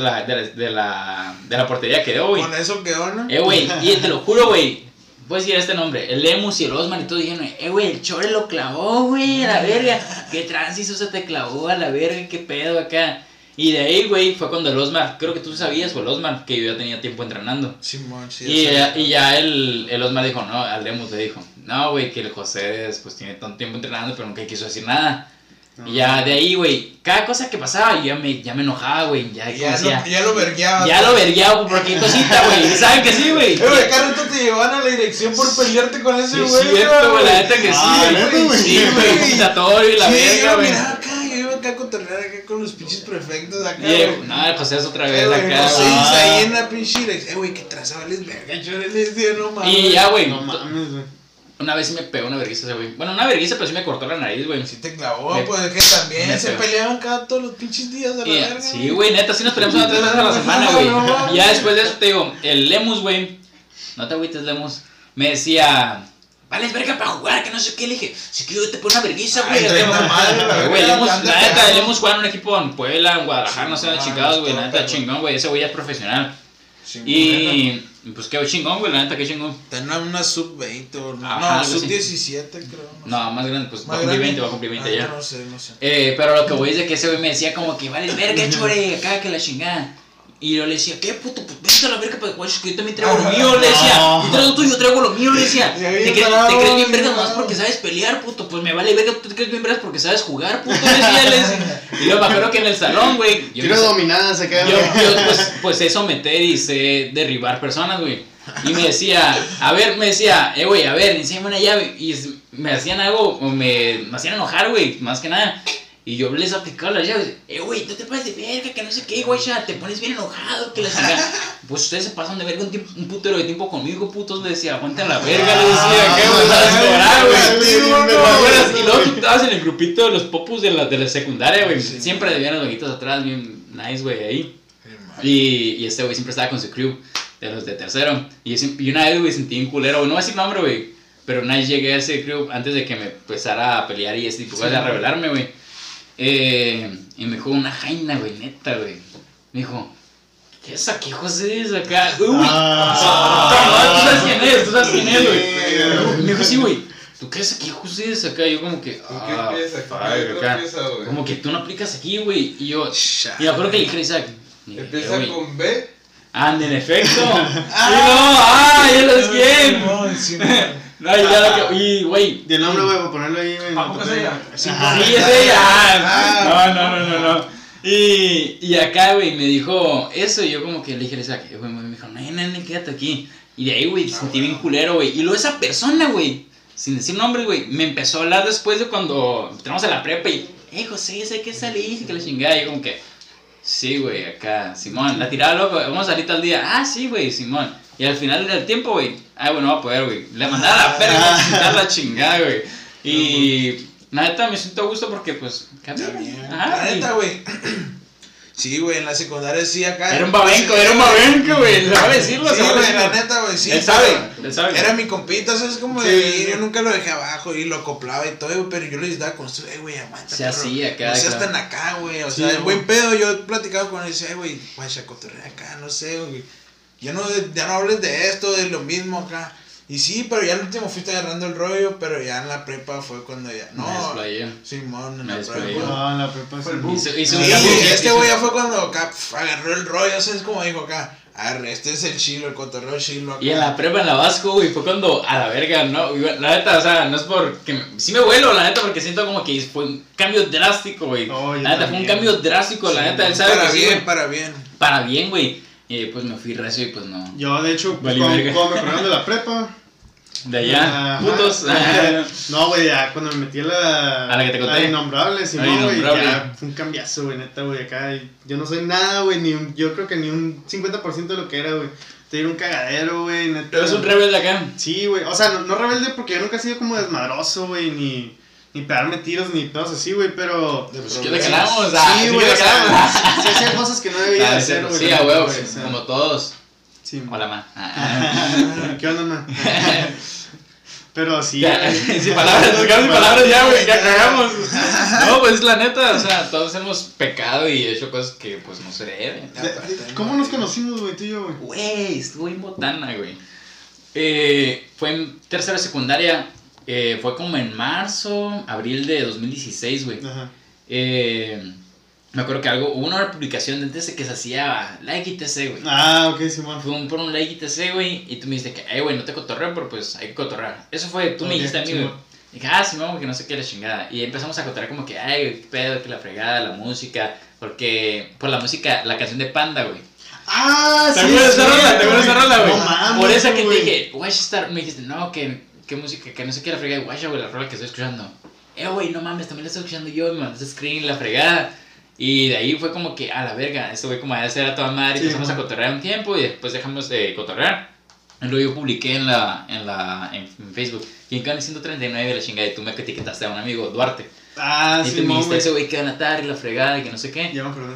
la portería quedó, güey. Con eso quedó, ¿no? Güey, y te lo juro, güey. Puedes decir este nombre, el Lemus y el Osman y todo dijeron, güey, el Chore lo clavó, güey, a la verga. ¿Qué transiso se te clavó a la verga? ¿Qué pedo acá? Y de ahí, güey, fue cuando el Osmar, creo que tú sabías, o el Osmar, que yo ya tenía tiempo entrenando. Simón, sí. Y ya el Osmar dijo, no, al Lemus le dijo, no, güey, que el José pues tiene tanto tiempo entrenando, pero nunca quiso decir nada. Y ya de ahí, güey, cada cosa que pasaba, ya me enojaba, güey, ya lo vergueaba. Ya lo vergueaba por cualquier cosita, güey, ¿saben que sí, güey? Güey, Carlos, te llevaban a la dirección por pelearte con ese Sí, güey. es cierto, güey, la neta que sí, neta, güey. güey. Sí, güey, dictatorio y la verga, güey. Mira acá, yo iba acá a cotorrear acá con los pinches prefectos acá. No, el José es otra vez Güey, acá, no güey. sé, ahí en la pinche dirección. Güey, que traza vales verga, yo le decía, no mames. Y ya, güey, No mames, güey. una vez sí me pegó una vergüenza ese güey. Bueno, una vergüenza, pero sí me cortó la nariz, güey. Si te clavó, Me- pues es que también me se pegó. peleaban cada todos los pinches días de la verga. Sí, güey, neta, sí nos peleamos una 3 veces a la semana, güey. Y ya después de eso te digo, el Lemus, güey, no te agüites, Lemus, me decía, vales verga para jugar, que no sé qué. Le dije, si quiero te pongo una vergüenza, güey. Ay, trae una madre, la verga, Güey, Lemus, anda la neta, pegado. el Lemus juega en un equipo en Puebla, en Guadalajara, no sé dónde Ah, chingados, güey, la está neta, perro. chingón, güey, ese güey ya es profesional. Sí, Y pues quedó chingón, güey, la neta, qué chingón. Tenía una sub-20 o no, Ajá, algo así. sub-17 creo. No, más grande, pues va a Más cumplir grande. 20, va a cumplir 20 ya. No sé. Pero lo que voy es de que ese güey me decía como que vale verga, Chore, acá que la chingada. Y yo le decía, ¿qué puto? Pues vente a la verga para que que yo también traigo lo mío, le decía. Yo traigo lo tuyo, yo traigo lo mío, le decía. Y ahí ¿Te crees bravo, bien verga bravo. nomás porque sabes pelear, puto? Pues me vale verga, tú te crees bien verga porque sabes jugar, puto, le decía. Y luego me acuerdo que en el salón, güey. Yo Tiro dominadas acá, yo, güey. pues sé someter y sé derribar personas, güey. Y me decía, güey, a ver, enséñame una llave. Y me hacían algo, o me hacían enojar, güey, más que nada. Y yo les aplicaba las llaves. Güey, no te pases de verga, que no sé qué, güey, ya te pones bien enojado, que la chingada. Pues ustedes se pasan de verga un putero de tiempo conmigo, putos, le decía, aguanten la verga, le decía, ¿qué, güey? Para explorar, güey. ¿Te acuerdas? Y luego tú estabas en el grupito de los popus de la secundaria, güey. Sí. Siempre debían los vaguitos atrás, bien nice, güey, ahí. Y este güey siempre estaba con su crew de los de tercero. Y una vez, güey, sentí un culero, güey. No voy a decir nombre, güey. Pero una vez llegué a ese crew antes de que me empezara a pelear y ese tipo de cosas, a rebelarme, güey. Y me dijo una jaina, güey, neta, güey. Me dijo, ¿qué es aquí, José? Es acá. Uy, tú sabes quién es, güey. Me dijo, sí, güey. ¿Tú qué haces aquí, José? Es acá. Yo como que, como que tú no aplicas aquí, güey. Y yo, y me acuerdo que le dije a Isaac. Empieza con B. Anda, en efecto. Ya lo es quién. No, y güey. Y el nombre, güey, voy a ponerlo ahí, güey. ¿A poco es ella? Sí, es ella. No. Y acá, güey, me dijo eso. Y yo como que le dije a Isaac, güey, me dijo, no, quédate aquí. Y de ahí, güey, sentí bien culero, güey. Y luego esa persona, güey, sin decir nombres, güey, me empezó a hablar después de cuando entramos a la prepa y, José, sé que saliste, que la chingada. Y yo como que, sí, güey, acá, Simón, la tiraba loco, vamos a salir tal día. Sí, güey, Simón. Y al final del tiempo, güey, bueno, no va a poder, güey. Le mandaba a la perra a quitar la chingada, güey. Y la neta me siento a gusto porque, pues, cambia. La neta, güey. Sí, güey, en la secundaria sí acá. Era un babenco, güey. Se va a decirlo, sí, güey, la neta, güey, sí. Él sabe. Era mi compita, ¿sabes? Como de yo nunca lo dejé abajo y lo acoplaba y todo, pero yo le daba con esto, güey, aguanta. Se hacía acá. No seas tan acá, güey. O sea, el buen pedo, yo he platicado con él y decía, güey, vaya, cotorrea acá, no sé, güey. Ya no hables de esto, de lo mismo acá. Y sí, pero ya al último fuiste agarrando el rollo, pero ya en la prepa fue cuando ya... No, Simón, en la prepa. No, en la prepa fue el boom. Sí, este güey ya fue cuando acá agarró el rollo, ¿sabes cómo dijo acá? Este es el chilo, el cotorreo chilo acá. Y en la prepa, en la Vasco, güey, fue cuando a la verga, ¿no? La neta, o sea, no es porque... Sí me vuelo, la neta, porque siento como que fue un cambio drástico, güey. La neta, fue un cambio drástico, la neta, él sabe que sí, Para bien, güey. Y pues me fui recio y pues no. Yo, de hecho, pues, cuando me corrieron de la prepa. De allá, putos. No, güey, ya cuando me metí a la que te conté. La Innombrable, sí, no, güey, ya fue un cambiazo, güey, neta, güey, acá. Yo no soy nada, güey, yo creo que ni un 50% de lo que era, güey. Estoy un cagadero, güey, neta. Pero es un rebelde acá. Sí, güey, o sea, no rebelde porque yo nunca he sido como desmadroso, güey, ni pegarme tiros, ni pedos así, güey, pero... Pues que te calamos, sí, güey, o sea, sí hacían cosas que no debía hacer, güey. Sí, a huevo, güey, como todos. Sí. Hola, ma. ¿Qué onda, ma? Pero sí. Sin palabras ya, güey, ya cagamos. No, pues es la neta, o sea, todos hemos pecado y hecho cosas que pues no se deben. ¿Cómo nos conocimos, güey, tú y yo, güey? Güey, estuvo en botana, güey. Fue en tercera secundaria, fue como en marzo, abril de 2016, güey. Ajá. Me acuerdo que hubo una publicación antes de que se hacía Like ITC, güey. Ok, Simón. Fue por un Like ITC, güey, y tú me dijiste que, güey, no te cotorreo, pero pues hay que cotorrear. Eso fue, tú me dijiste a mí, güey. Y dije, Simón, porque no sé qué la chingada. Y empezamos a cotorrear como que, qué pedo, que la fregada, la música, porque, por la música, la canción de Panda, güey. Sí. ¿Te acuerdas esa rola, güey? No mames, por esa que te dije, me dijiste, no, que música, que no sé qué la fregada, guacha, güey, la rola que estoy escuchando. Güey, no mames, también la estoy escuchando yo, me mandaste screen, la fregada. Y de ahí fue como que, a la verga, esto fue como a hacer a toda madre, y empezamos a cotorrear un tiempo y después dejamos de cotorrear. Y luego yo publiqué en Facebook, ¿quién gana 139 de la chingada? Y tú me etiquetaste a un amigo, Duarte. Sí, y tú me dijiste, ese güey que van a atar y la fregada y que no sé qué. Ya me acordé.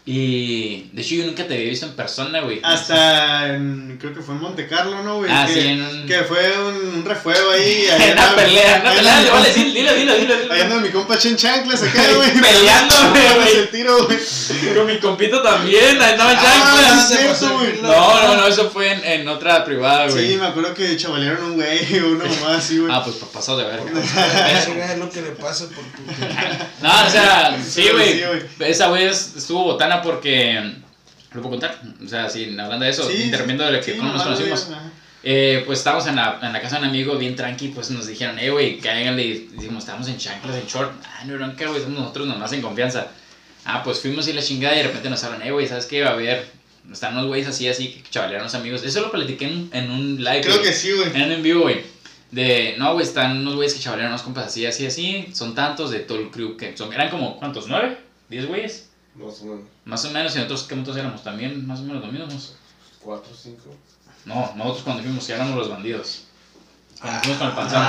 Y de hecho yo nunca te había visto en persona, güey. Hasta creo que fue en Monte Carlo, ¿no, güey? Que fue un refuego ahí. Una pelea, le vale, dilo. Ahí anda mi compa Chen Chanclas acá, güey. Peleándome, güey. El tiro, güey. Con mi compito también, andaba en Chanclas. No, eso fue en otra privada, güey. Sí, me acuerdo que chavalearon un güey, una mamá así, güey. Pues pasó de verga. Eso es lo que le pasa por tu... No, o sea, sí, güey. Esa vez estuvo botana porque, ¿lo puedo contar? O sea, hablando de eso, interrumpiendo de que cómo nos conocimos. Pues estábamos en la casa de un amigo bien tranqui, pues nos dijeron, güey, cáiganle, y dijimos, estábamos en chanclas, en short. No, güey, somos nosotros nomás en confianza. Pues fuimos y la chingada y de repente nos hablan, güey, ¿sabes qué? Va a haber, están unos güeyes así, que chavalearon los amigos. Eso lo platiqué en un live. Creo que sí, güey. En un vivo, güey. No, güey, están unos güeyes que chavalearon unos compas así, son tantos de todo el crew que eran como, ¿cuántos? ¿9? ¿10 güeyes? Más o menos, y nosotros, ¿qué montos éramos? También, más o menos lo mismo. 4, 5. No, nosotros cuando fuimos, que éramos los bandidos. Cuando fuimos con el panzón.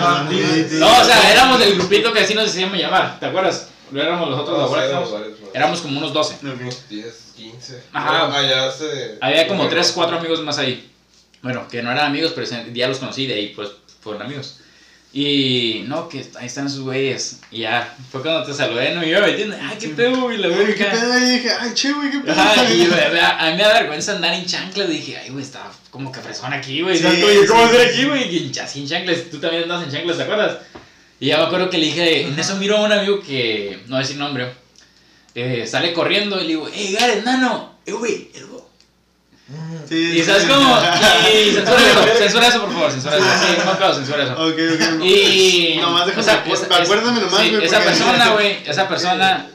No, o sea, éramos el grupito que así nos decíamos llamar, ¿te acuerdas? No éramos los otros éramos como unos 12. Unos 10, 15. Ajá. Había como 3, 4 amigos más ahí. Bueno, que no eran amigos, pero ya los conocí de ahí, pues fueron amigos. Y no, que ahí están esos güeyes. Y ya, fue cuando te saludé, no, y yo me entiendo, ay, qué pedo, güey, la verga. ¿Qué pedo? Y dije, ay, che, güey, qué pedo. Ajá, y a mí me da vergüenza andar en chanclas. Dije, ay, güey, está como que fresón aquí, güey. Sí, ¿Cómo sí. hacer aquí, güey? Y así en chanclas, tú también andas en chanclas, ¿te acuerdas? Y ya me acuerdo que le dije, en eso miro a un amigo que, no voy a decir nombre, sale corriendo y le digo, Gareth, nano, güey, Sí, y sabes cómo, y censura eso, por favor, censura eso, sí, no puedo censura eso. Ok. Y nomás déjame, o sea, acuérdame nomás, sí, güey. esa persona, güey, esa persona,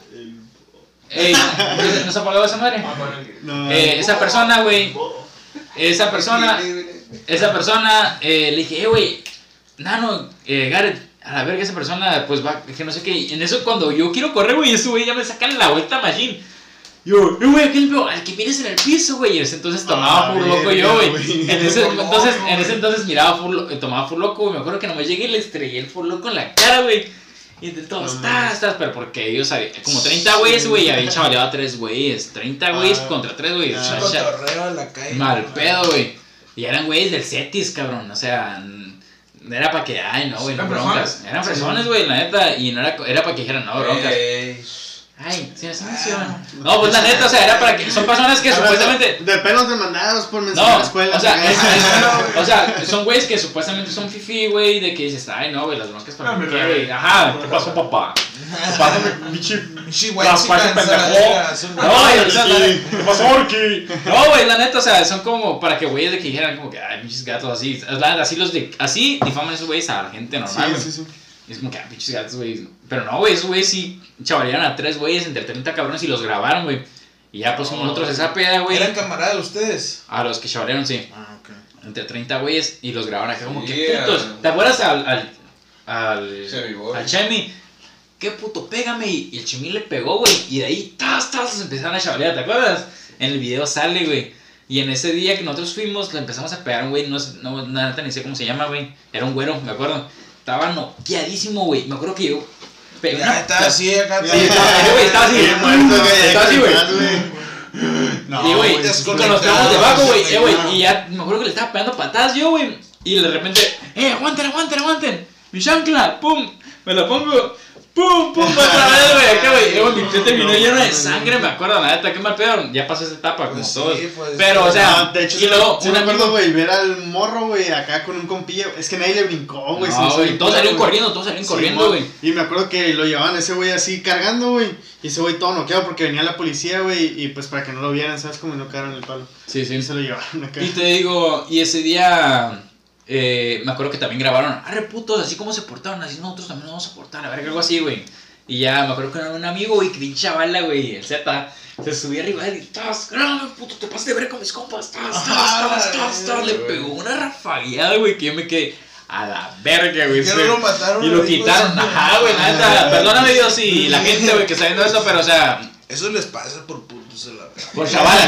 ¿no se ha apagado esa madre? No, Esa persona, güey, esa persona, le dije, güey, nano, Gareth, a la verga esa persona, pues va, que no sé qué, y en eso cuando yo quiero correr, güey, eso, güey, ya me sacan la vuelta machine. Yo, güey, aquel al que vienes en el piso, güey. En ese entonces tomaba full loco yo, güey. En ese entonces miraba tomaba full loco, güey. Me acuerdo que nomás llegué y le estrellé el full loco en la cara, güey. Y entre todos, estás, pero porque ellos sabían, como 30 güeyes, güey, y habían chavaleado a 3 güeyes. 30 güeyes contra 3 güeyes. Cotorreo en la calle. Mal pedo, güey. Y eran güeyes del Cetis, cabrón. O sea, no era para que, ay, no, güey, no broncas. Eran fresones, güey, la neta. Y no era para que dijeran, no, broncas. Ay, sí, esa mención. No, pues la neta, o sea, era para que. Son personas que supuestamente. De pelos demandados por mencionar la escuela. O sea, son güeyes que supuestamente son fifi, güey, de que dices, ay, no, güey, las broncas para mí, güey. Ajá, ¿qué pasó, papá? ¿Qué pasó, Michi, güey, ¿qué pasó, Orki? No, güey, la neta, o sea, son como para que güeyes de que dijeran, como que, ay, pinches gatos, así. Así difaman esos güeyes a la gente normal. Sí. Es como que, pinches gatos, güey. Pero no, güey, esos güeyes sí chavalearon a 3 güeyes entre 30 cabrones y los grabaron, güey. Y ya pusimos nosotros esa peda, güey. ¿Eran camaradas de ustedes? A los que chavalearon, sí. Ah, ok. Entre 30 güeyes y los grabaron acá como Sí, que putos. ¿Te acuerdas al Chemi-boy. Chemi? ¿Qué puto? Pégame. Y el Chemi le pegó, güey. Y de ahí, se empezaron a chavalear, ¿te acuerdas? En el video sale, güey. Y en ese día que nosotros fuimos, le empezamos a pegar a un güey, no, nada, ni sé cómo se llama, güey. Era un güero, me acuerdo. Estaba noqueadísimo, güey. Me acuerdo que yo pegué Ya estaba así acá. Sí, estaba así. Estaba así, güey. No, Y, güey, desconectado. con los cabos debajo, güey. Y ya me acuerdo que le estaba pegando patadas yo, güey. Y de repente, aguanten. Mi chancla, pum. Me la pongo. Pum, otra vez, güey, acá, güey. Mi pie terminó lleno de sangre, me acuerdo, la neta, qué mal pedo. Ya pasó esa etapa, como Pues todos. sí, pues, pero, o sea, de hecho, y luego, sí un me acuerdo, amigo. güey, ver al morro, güey, acá con un compilla. Es que nadie le brincó, güey. No, güey, todos salieron corriendo, güey. Y me acuerdo que lo llevaban ese güey así cargando, güey. Y ese güey todo noqueado porque venía la policía, güey. Y pues para que no lo vieran, ¿sabes? Como no quedaron el palo. Sí. Y se lo llevaron acá. Y te digo, y ese día. Me acuerdo que también grabaron, arre putos, así como se portaron, así nosotros también nos vamos a portar, a ver, algo así, güey. Y ya me acuerdo que era un amigo, güey, que pinche chavala, güey, el Z, se subía arriba de él y estás, no, puto, te pasas de ver con mis compas, le pegó una rafagueada, güey, que yo me quedé a la verga, güey. ¿Por qué no lo mataron? Y lo quitaron, ajá, güey, la neta, perdóname Dios y la gente, güey, que está viendo eso, pero, o sea. Eso les pasa por putos a la verga. Por chavalas.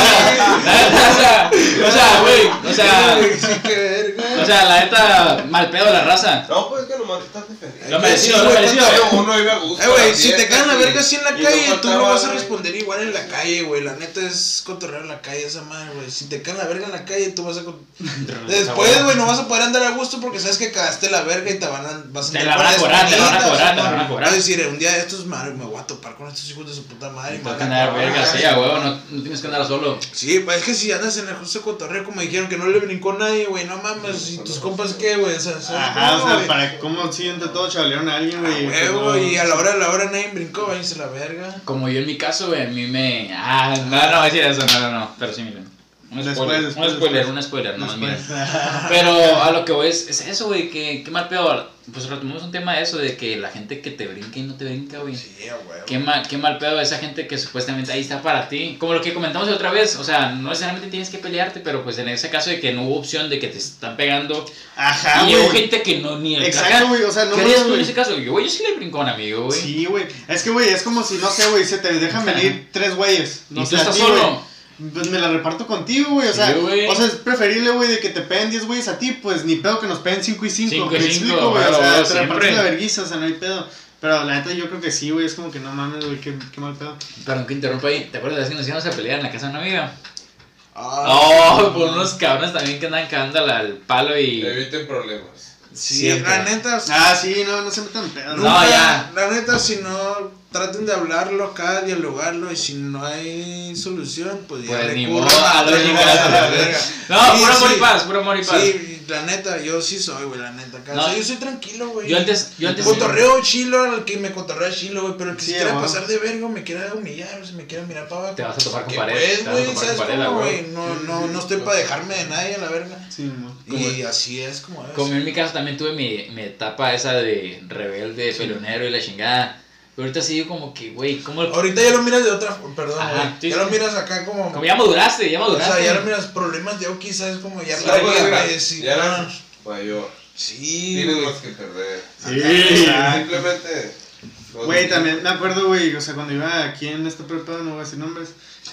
O sea, güey, Sí, qué verga. o sea, la neta, mal pedo la raza. No, pues es que nomás te estás defendiendo. Lo merecido, Sí, lo güey, merecido. Uno iba a gusto. Güey, si te caen la verga así en la y calle, no tú no faltaba, vas a güey. responder igual en la calle, güey. La neta es cotorrear en la calle esa madre, güey. Si te caen la verga en la calle, tú vas a. Después, güey, no vas a poder andar a gusto porque sabes que cagaste la verga y vas a Te la van a cobrar, te la van a cobrar, te la van a cobrar. Vas a decir, un día de estos, madre, me voy a topar con estos hijos de su puta madre. No te andar verga, sí, a huevo, no tienes que andar solo. Sí, pues es que si andas en el justo cotorreo, como dijeron que no le brincó nadie, güey, no mames, ¿y tus compas qué, güey? O sea, Ajá, ¿cómo, o sea, güey? para cómo sí entre todos chavalearon a alguien, güey. Huevo, y a la hora de la hora nadie brincó, váyanse la verga. Como yo en mi caso, güey, a mí me. No voy a decir eso, no, pero sí, miren. Un spoiler, no, miren. Pero a lo que voy es eso, güey, que mal pedo. Pues retomamos un tema de eso, de que la gente que te brinca y no te brinca, güey. Sí, huevo. Qué mal pedo esa gente que supuestamente ahí está para ti. Como lo que comentamos de otra vez, o sea, no necesariamente tienes que pelearte, pero pues en ese caso de que no hubo opción de que te están pegando. Ajá, Y güey. hubo gente que no ni el Exacto, güey, o sea, no ¿qué harías tú en güey. ese caso? Yo sí le brincó a un amigo, güey. Sí, güey. Es que, güey, es como si, no sé, güey, se te dejan venir 3 güeyes. No Y sé, tú estás a ti, solo. güey. Pues me la reparto contigo, güey. O sea, Sí, güey. es preferible, güey, de que te peguen 10 güeyes a ti, pues ni pedo que nos peguen 5 y 5. 5 y Me 5, explico, güey. O claro, sea, te siempre. repartes la verguiza, o sea, no hay pedo. Pero la neta yo creo que sí, güey, es como que no mames, güey, qué mal pedo. Perdón que interrumpa ahí. ¿Te acuerdas de que nos íbamos a pelear en la casa de una amiga? Ah, Por unos cabrones también que andan cagando al palo y. Eviten problemas. Sí, siempre. la neta. Sí, no se metan pedos. No, ya. La neta, si no, traten de hablarlo acá, dialogarlo, y si no hay solución, pues ya Pues ni recurran modo, a otra lo cosa, chingado. la verga. No, Sí, puro amor sí. y paz, puro amor y paz. Sí, la neta, yo sí soy, güey, la neta. Acá. No. O sea, yo soy tranquilo, güey. Yo antes Cotorreo chilo al que me cotorrea chilo, güey. Pero el que Sí, se quiera güey. pasar de verga, me quiera humillar, o se me quiera mirar para abajo. Te vas a topar con ¿Qué pared, pues, te vas a güey? topar ¿Sabes con pared, cómo, güey? güey? No estoy para dejarme de nadie a la verga. Sí, no. Y así es como es. Como en mi caso también tuve mi etapa esa de rebelde, peleonero y la chingada. Pero ahorita sí como que, güey, ¿cómo? Ahorita ya lo miras de otra perdón, Ajá, güey. sí, ya sí. lo miras acá como. Como ya maduraste. O sea, ya lo miras problemas de Oki, ¿sabes? Como ya Sí, la güey, mira, güey, sí. ya eres mayor. Sí, Tienes güey. más que perder. Sí. Simplemente. Güey, también me acuerdo, güey, o sea, cuando iba aquí en esta prepa, no voy a decir nombres,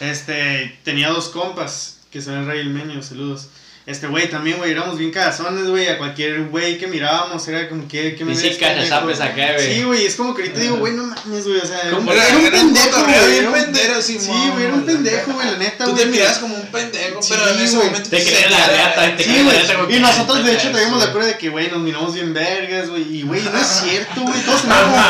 tenía 2 compas, que son el Rey y el Meño, saludos. Güey, también, güey, éramos bien cagazones, güey, a cualquier güey que mirábamos, era como que me Sí, ves, cachazapes pendejo. acá, güey. Sí, güey, es como que ahorita digo, güey, no mames, güey, o sea, era un Era pendejo, cotorreo güey, bien era un pendejo, Sí, Simón, güey, era un güey, pendejo, güey, la neta, Tú güey. te que- miras como un pendejo, Sí, pero en ese güey. momento Te sí crees la reata, te Sí, crees la güey, reata, güey. y nosotros de hecho Eso, traíamos la güey. cura de que, güey, nos miramos bien vergas, güey, y güey, no es cierto, güey, todos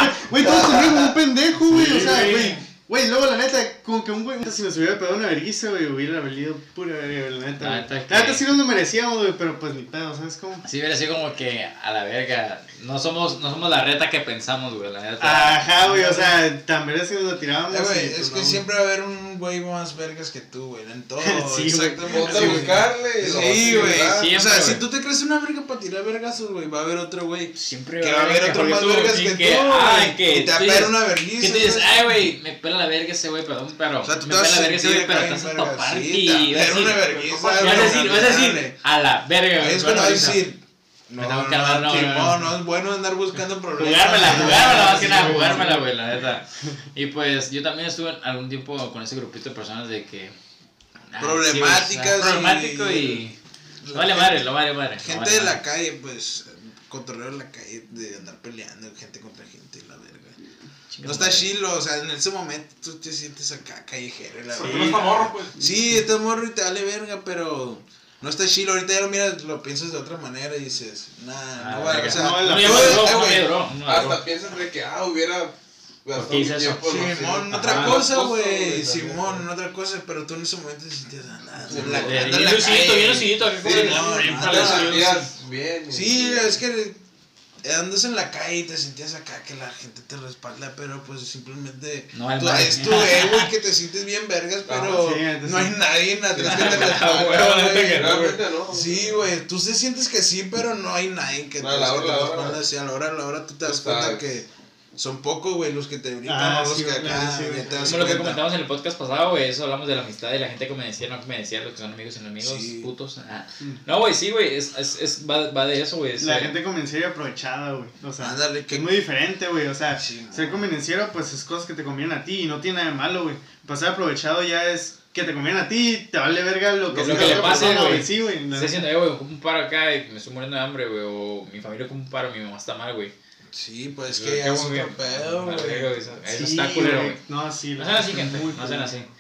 teníamos un pendejo, güey, o sea, güey, luego la neta, como que un güey, si nos hubiera pegado una vergüenza, güey, hubiera valido pura verga, güey, la neta, La güey. neta La neta que- sí nos lo merecíamos, güey, pero pues ni pedo, ¿sabes cómo? Sí, hubiera sido como que a la verga. No somos la reta que pensamos, güey, la neta. Ajá, güey, o sea, tan verga si nos la tirábamos. Güey, y, pues, es que no. siempre va a haber un güey más vergas que tú, güey, en todo. Sí, güey. exactamente. Ponte a buscarle. y lo vas a Sí, güey. encontrar. Sí. O sea, Siempre, si güey. tú te crees una verga para tirar vergazos, güey, va a haber otro güey. Siempre Que va a haber otro porque más tú, vergas sí, que tú, ay, güey, que y te va a tú pegar dices- una vergüenza. Que tú dices, güey. ay, güey, me pela la verga ese güey, perdón, pero. O sea, tú me te vas pela a la verga ese güey, sentir pero acá te vas a bien verga, topar sí, y te va a vas a pegar una decir, vergüenza, vas a decir, güey. a la verga, güey. Es cuando vas a Bueno, decir, Me tengo que calmar, no, no es bueno andar buscando problemas. Jugármela, más que nada, Sí, jugármela, güey, la neta. Y pues yo también estuve algún tiempo con ese grupito de personas de que. Problemáticas sí, problemático y. Lo vale madre. Gente de la calle, pues, cotorreo de la calle, de andar peleando, gente contra gente, la verga. No está chilo, o sea, en ese momento tú te sientes acá callejero, la Porque verga. no está morro, pues. Sí, estás morro y te vale verga, pero no está chilo. Ahorita ya lo miras, lo piensas de otra manera y dices, nah, no vale, o sea, no, No, la- ya güey, duró. Hasta piensas de que, hubiera. gastado qué hice mi eso? tiempo, no sé, Simón, ajá, otra cosa, justo, güey, también. Simón, otra cosa, pero tú en ese momento te sentías nada, Sí, en la bien anda en la calle. bien lucidito, acá como Sí, de- no, bien no, para Te los- sentías bien. Sí, es que andas en la calle y te sentías acá que la gente te respalda, pero pues simplemente No hay tú, más. es tu ego y que te sientes bien vergas, pero sí, entonces no hay sí. nadie atrás que te Huevo, respalda, neta que güey. no. Realmente no. Sí, güey, tú te sientes que sí, pero no hay nadie que No, a la hora, que a la hora. respalda. Sí, a la hora tú te das Tú cuenta sabes. que son pocos, güey, los que te brincan, Ah, los sí, que güey, acá, sí, ya güey. te das Como lo que cuenta. comentamos en el podcast pasado, güey, eso hablamos de la amistad y la gente que me decía, no que me decía, los que son amigos y enemigos, Sí. putos. No, güey, sí, güey, va de eso, güey. La gente convenciera y aprovechada, güey. O sea, Ándale, es que muy diferente, güey. O sea, Sí, ser no. convenenciero, pues es cosas que te convienen a ti y no tiene nada de malo, güey. Pasar aprovechado ya es que te conviene a ti, te vale verga lo que Lo sea que le otra pase, persona, güey. Sí, güey. Estoy diciendo, güey, ocupo un paro acá y me estoy muriendo de hambre, güey, o mi familia ocupa un paro, mi mamá está mal, güey. Sí, pues Yo que ya qué es muy otro bien. pedo, Vale, güey. verga, eso Sí, está culero, güey. No, sí. No sean así, gente, muy no sean culero. así.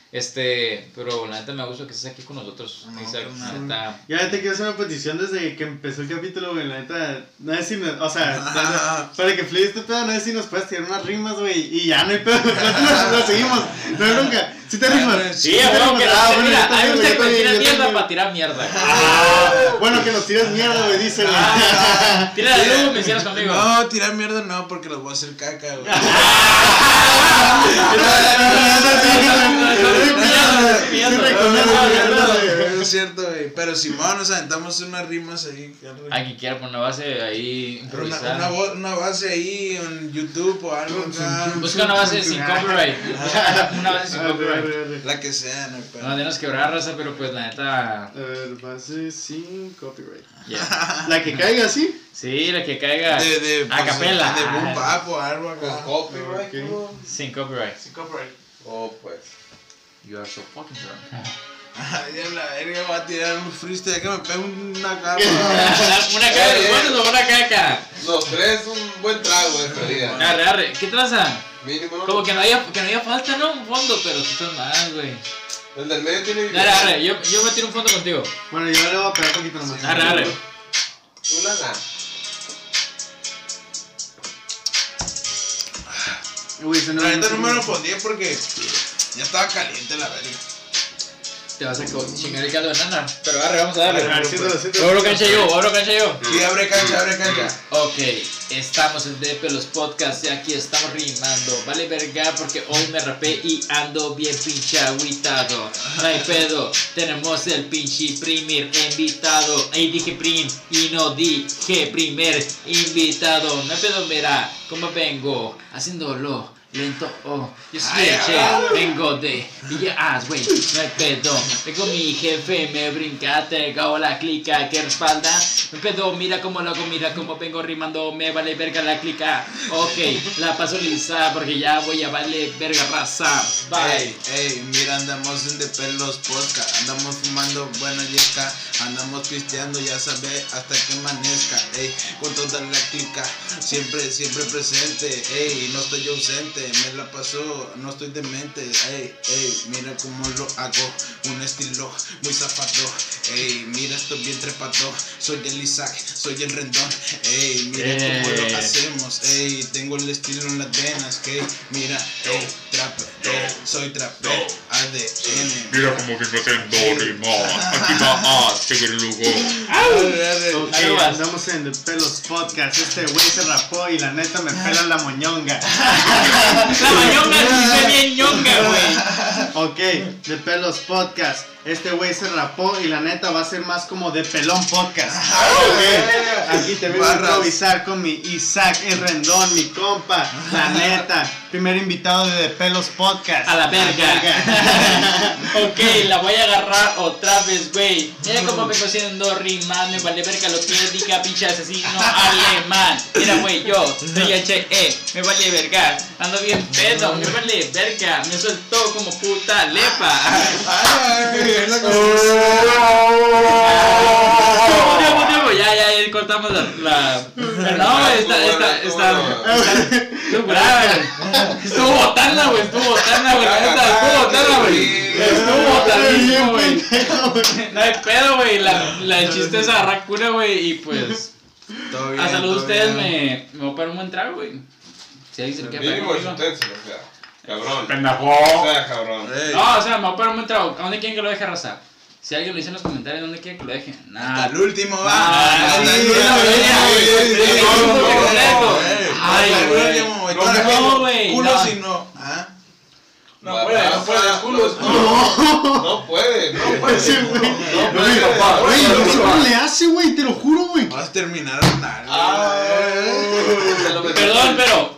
Pero la neta me gusta que estés aquí con nosotros. No, Isaac, pues, la sí. neta. Ya te quiero hacer una petición desde que empezó el capítulo, güey. La neta, no sé si nos, o sea, Ah. para que fluya este pedo, no sé si nos puedes tirar unas rimas, güey. Y ya no hay pedo, lo seguimos. No hay bronca. Si te rimas. Sí, a huevo que Ah, no. bueno, Mira, yo hay también, usted yo que tira también, yo mierda también. para tirar mierda. Bueno, que nos tires mierda, güey, dice, güey. Tira de luego, me cierras conmigo. No, tirar mierda no, porque los voy a hacer caca, güey. Es cierto, güey. Pero Simón, nos aventamos unas rimas ahí. Ay, que quiera poner una base ahí improvisada. Una base ahí en YouTube o algo acá. Busca una base sin copyright. Una base sin copyright. La que sea, no hay pedo. No tenemos que quebrar raza, pero pues la neta. A ver, base sin copyright. Yeah. La que caiga así. Sí, la que caiga De a capela. De boom bap o algo Con acá. copyright, Ok. ¿no? Sin copyright. Oh, pues. You are so fucking drunk. Ay, a la verga, voy a tirar un freestyle que me pegue una capa. Una caca, ¿cuántos o una caca? Los tres, un buen trago de salida. Arre, ¿qué traza? Mínimo, ¿no? Como que no había falta, ¿no? Un fondo, pero tú estás mal, güey. El del medio tiene. Arre, yo me tiro un fondo contigo. Bueno, yo le voy a pegar un poquito nomás. Arre. Tú la Uy, eso La neta no me lo pondría porque ya estaba caliente la verga. Te vas a chingar el caldo de nana. Pero arre, vamos a darle. Siéntalo. Abro cancha yo. Sí, abre cancha. Ok, estamos en De Pelos Podcast y aquí estamos rimando. Vale verga porque hoy me rapé y ando bien pinche agüitado. No hay pedo, tenemos el pinche primer invitado. Ahí dije prim y no dije primer invitado. No hay pedo, mira cómo vengo haciéndolo lento, yo soy el che, vengo de Villa güey, no hay pedo, vengo mi jefe, me brinca, te cago la clica que respalda, no hay pedo, mira cómo lo hago, mira cómo vengo rimando, me vale verga la clica, ok, la paso lisa, porque ya voy a vale verga raza, bye. Ey, mira, andamos en De Pelos Podcast, andamos fumando buena yesca, andamos pisteando, ya sabes, hasta que amanezca, ey, con toda la clica, siempre presente, ey, no estoy ausente. Me la paso, no estoy demente, mira cómo lo hago, un estilo muy zafado, mira estoy bien trepado, soy el Isaac, soy el Rendón, mira cómo lo hacemos, tengo el estilo en las venas, mira, trap, soy trapper, ADN. Mira cómo vengo haciendo rimar, aquí va a seguir el lugar. Ok, andamos en The Pelos Podcast, este güey se rapó y la neta me pela la moñonga. La mañonga dice bien ñonga, güey. Ok, The Pelos Podcast. Este güey se rapó y la neta va a ser más como de Pelón Podcast. Ok, aquí te vengo a improvisar con mi Isaac, el Rendón, mi compa. La neta, primer invitado de The Pelos Podcast. A la verga. Ok, la voy a agarrar otra vez, güey. Mira cómo vengo haciendo rimas, me vale verga lo que diga pinche asesino alemán. Mira, güey, yo soy el me vale verga. Ando bien pedo, me vale verga. Me suelto como puta lepa. Ya, cortamos la. Pero no, güey, está. Estuvo botana, güey. Estuvo botadísimo, güey. No hay pedo, güey. La chiste es agarrar cura, güey. Y pues. A salud ustedes me voy a poner un buen trago, güey. Si alguien se le queda mínimo pegado. Cabrón. Pendejo. O sea, cabrón. No, o sea, me voy a poner un buen trago. ¿A dónde quieren que lo deje, raza? Si alguien lo dice en los comentarios, ¿dónde quieren que lo deje? Hasta el último, va. Ay, güey. Culo si no. No puede, culos. No puede. Güey, no sé cómo le hace, güey, te lo juro, güey. Vas a terminar mal. Perdón, pero.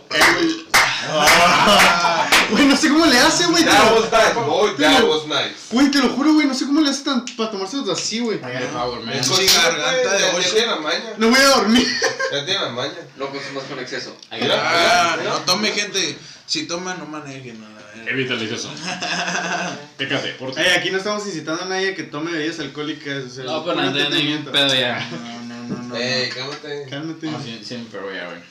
Güey, no sé cómo le hace, güey. That was nice. Güey, te lo juro, güey, no sé cómo le hace para tomárselos así, güey. Con garganta de Ya ocho. tiene la maña. No voy a dormir. Ya tiene la maña. No consumas con exceso. No tome, gente. Si toman, no manejen. Evítale eso. Pécate, por ti. Aquí no estamos incitando a nadie a que tome bebidas alcohólicas. O sea, No, pero no hay ningún pedo ya. No. Cálmate. Cálmate. No, sí, pero ya, güey.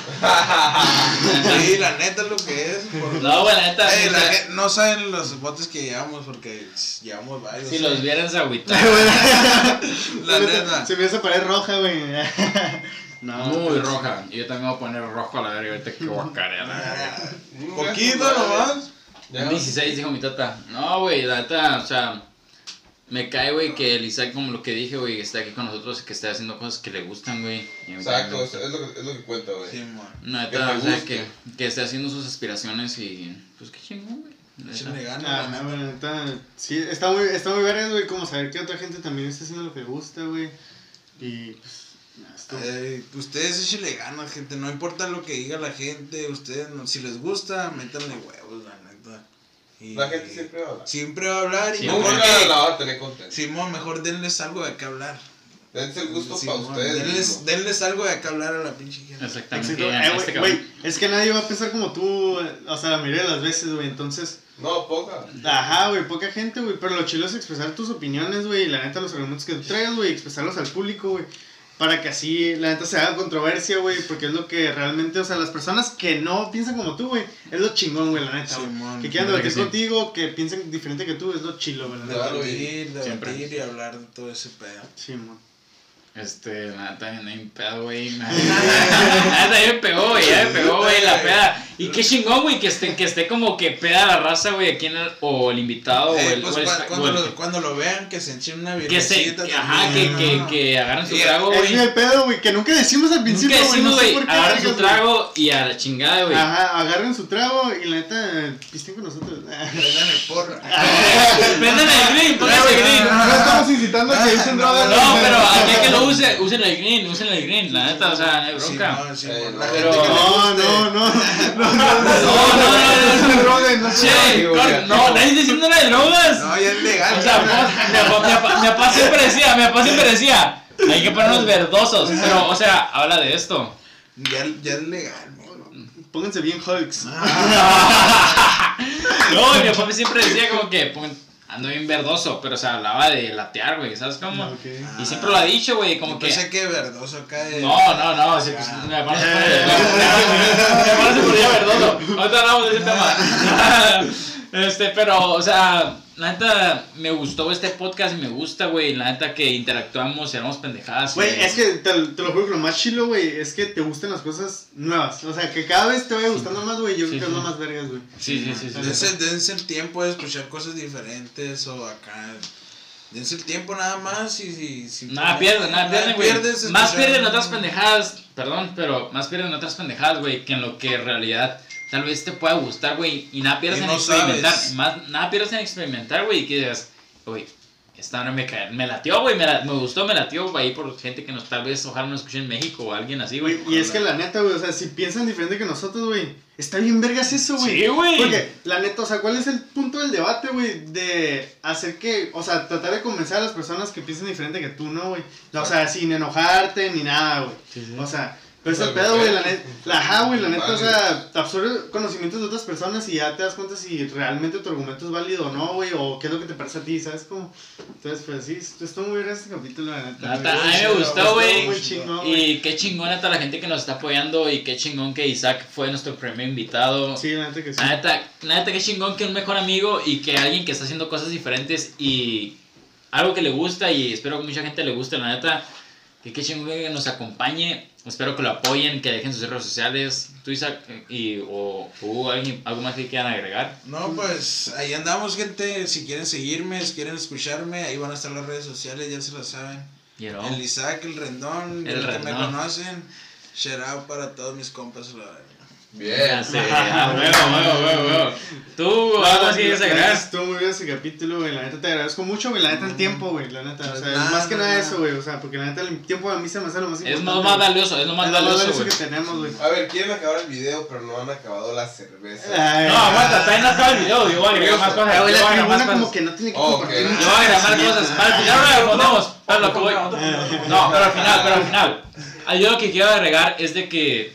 Sí, la neta es lo que es. No, güey, la neta. No saben los botes que llevamos porque llevamos varios. Si los vieran se agüitan. La neta. Se me hace pared roja, güey. No. Muy roja. Y yo también voy a poner rojo a la verga. Ahorita que guacarear la verga. Poquito nomás. Un 16, dijo mi tata. No, güey, la neta, o sea. Me cae, güey, que el Isaac, como lo que dije, güey, que está aquí con nosotros y que está haciendo cosas que le gustan, güey. Exacto, es lo que cuenta, güey. Sí, man. Neta, o sea, que esté haciendo sus aspiraciones y. Pues qué chingón, güey. Échale ganas, la no, neta. neta. Sí, está muy verga, güey, como saber que otra gente también está haciendo lo que le gusta, güey. Y pues. Ustedes échenle ganas, gente. No importa lo que diga la gente. Ustedes, si les gusta, métanle huevos, la neta. Y La gente siempre va a hablar. Siempre va a hablar. Y Nunca mejor la va a tener contenta. Simón, mejor denles algo de qué hablar. Dense el gusto para Simón, ustedes. denles algo de qué hablar a la pinche gente. Exactamente. Exacto. Güey, es que nadie va a pensar como tú, o sea, la mayoría de las veces, güey, entonces. No, poca. Ajá, güey, poca gente, güey, pero lo chido es expresar tus opiniones, güey, y la neta los argumentos que tú traigas, güey, expresarlos al público, güey. Para que así, la neta, se haga controversia, güey, porque es lo que realmente, o sea, las personas que no piensan como tú, güey, es lo chingón, güey, la neta, güey. Que quieran debatir contigo, que piensen diferente que tú, es lo chilo, güey, la neta. Debatir y hablar de todo ese pedo. Sí, man. La neta, no hay un pedo, güey. La neta, ya me pegó, güey, la peda. Y qué chingón, güey, que esté como que peda la raza, güey, aquí o el invitado, cuando lo vean, que se enchen una birrecita. Que agarren su trago, güey. Es el pedo, güey, que nunca decimos al principio, güey. Nunca decimos, güey, agarren su trago y a la chingada, güey. Ajá, agarren su trago y la neta, pisten con nosotros. Prendan el porro. Prendan el green, pónganse el green. No estamos incitando a que usen drogas. No, pero aquí hay que lo usen el green, la neta, o sea, no hay bronca. No, nadie está diciendo nada de drogas. No, ya es legal. O sea, mi papá siempre decía, hay que ponernos verdosos. Pero, o sea, habla de esto. Ya es legal. Pónganse bien Hulks. No, mi papá siempre decía como que ando bien verdoso, pero o sea, hablaba de latear, güey, ¿sabes cómo? Okay. Y siempre lo ha dicho, güey, como que... Pensé que verdoso acá de... No, sí, pues, mi papá se ponía verdoso. Ahorita hablamos de ese tema. Pero, o sea, la neta, me gustó este podcast y me gusta, güey, la neta que interactuamos y éramos pendejadas. Güey, es que te lo juro que lo más chilo, güey, es que te gustan las cosas nuevas. O sea, que cada vez te vaya gustando más, güey, yo creo que es lo más vergas, güey. Sí. Dense el tiempo de escuchar cosas diferentes o acá... Dense el tiempo nada más y nada pierden, güey. Más pierden otras pendejadas, güey, que en lo que en realidad tal vez te pueda gustar, güey, y nada pierdes en experimentar. Nada pierdes en experimentar, güey, y que digas, güey, esta no me latió, güey, me gustó, me latió, ahí por gente que tal vez ojalá no escuche en México o alguien así, güey. Y es que la neta, güey, o sea, si piensan diferente que nosotros, güey, está bien vergas eso, güey. Sí, güey. Porque, la neta, o sea, ¿cuál es el punto del debate, güey? De hacer que, o sea, tratar de convencer a las personas que piensen diferente que tú, ¿no, güey? O sea, sin enojarte ni nada, güey. Sí. O sea... Pero ese pedo, güey, la neta, o sea, te absorbe conocimientos de otras personas y ya te das cuenta si realmente tu argumento es válido o no, güey, o qué es lo que te parece a ti, ¿sabes cómo? Entonces, pues sí, estuvo muy bien este capítulo, la neta. A mí me gustó, güey, y qué chingón a toda la gente que nos está apoyando y qué chingón que Isaac fue nuestro primer invitado. Sí, la neta que sí. La neta, qué chingón que un mejor amigo y que alguien que está haciendo cosas diferentes y algo que le gusta y espero que mucha gente le guste, la neta. Que qué chingón que nos acompañe. Espero que lo apoyen, que dejen sus redes sociales. Tú, Isaac, o algo más que quieran agregar. No, pues ahí andamos, gente. Si quieren seguirme, si quieren escucharme, ahí van a estar las redes sociales, ya se las saben. El Isaac, el Rendón, que me conocen. Shout out para todos mis compas. Bien. Sí, bueno. Tú, algo así que agregar. Estuvo muy bien ese capítulo, güey. La neta te agradezco mucho, güey. La neta el tiempo, güey. La neta, o sea, más que nada eso, güey. O sea, porque la neta el tiempo a mí se me hace lo más importante. Es lo más valioso, es lo más valioso que tenemos, güey. A ver, quieren acabar el video, pero no han acabado la cerveza. No, aguanta, todavía no acaba el video. Yo voy a agregar más cosas. La tribuna como que no tiene que compartir. Yo voy a agregar más cosas. Al final no lo respondemos. No, pero al final. Yo lo que quiero agregar es de que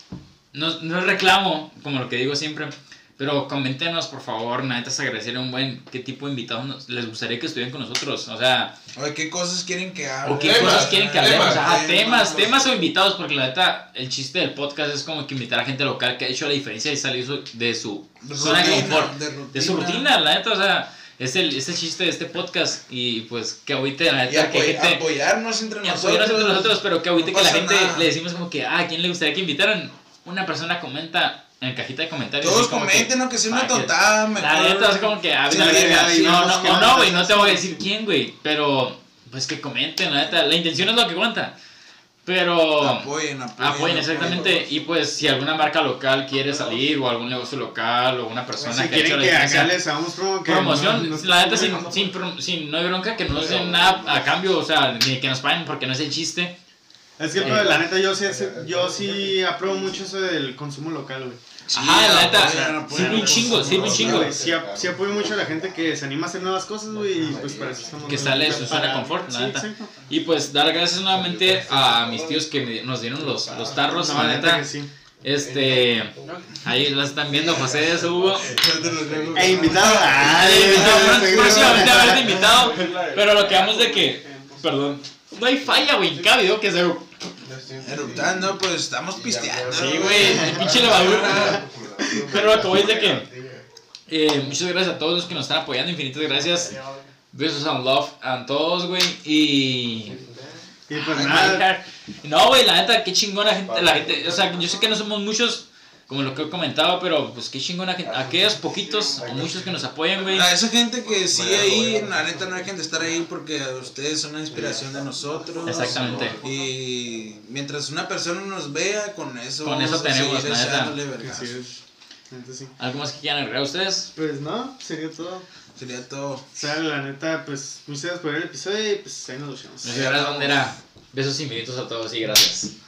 no reclamo, como lo que digo siempre, pero coméntenos, por favor, neta, es agradecer un buen qué tipo de invitados les gustaría que estuvieran con nosotros, o sea... Oye, ¿qué cosas quieren que hablemos? O qué cosas quieren que hablemos, temas o invitados, porque la neta, el chiste del podcast es como que invitar a gente local que ha hecho la diferencia y salir de su zona de confort, de su rutina, la neta, o sea... Es el chiste de este podcast y pues que ahorita la neta que gente apoyarnos entre nosotros, pero que ahorita que la gente le decimos como que ¿a quién le gustaría que invitaran? Una persona comenta en cajita de comentarios. Todos comenten, aunque sea una tontada, mejor. La neta es como que no, güey, no te voy a decir quién, güey, pero pues que comenten, la neta, la intención es lo que cuenta. Pero apoyen exactamente. Y pues si alguna marca local quiere salir o algún negocio local o una persona si que ha hecho la diferencia, promoción, la neta sin no hay bronca, que no nos den nada a cambio, o sea, ni que nos paguen porque no es el chiste. Es que pero la neta yo sí apruebo mucho eso del consumo local, güey. Sí, la neta, sirve un chingo. Sí apoyo mucho a la gente que se anima a hacer nuevas cosas, güey, y pues para eso estamos. Que sale de su zona de confort, la neta. Exacto. Y pues dar gracias nuevamente a mis tíos que nos dieron los tarros, la neta. Ahí las están viendo, José, Hugo. Invitado. Próximamente a verte invitado. Pero lo que vamos de que, perdón, no hay falla, güey, en cada video que se... Eruptando, pues estamos pisteando. Sí, güey, pinche levadura. Pero lo que voy es de que muchas gracias a todos los que nos están apoyando, infinitas gracias. Besos and love a todos, güey. Y pues nada. No, güey, la neta, qué chingón la gente. O sea, yo sé que no somos muchos, como lo que he comentado, pero pues qué chingón a aquellos poquitos o muchos que nos apoyan, güey. A esa gente que sigue ahí, la neta no dejen de estar ahí porque ustedes son una inspiración de nosotros. Exactamente. Y mientras una persona nos vea, con eso tenemos, la neta. Así es. Sí. ¿Algo más que quieran agregar ustedes? Pues no, sería todo. Sería todo. O sea, la neta, pues muchas gracias por el episodio y pues ahí nos lo vemos. Muchas gracias, bandera. Besos infinitos a todos y gracias.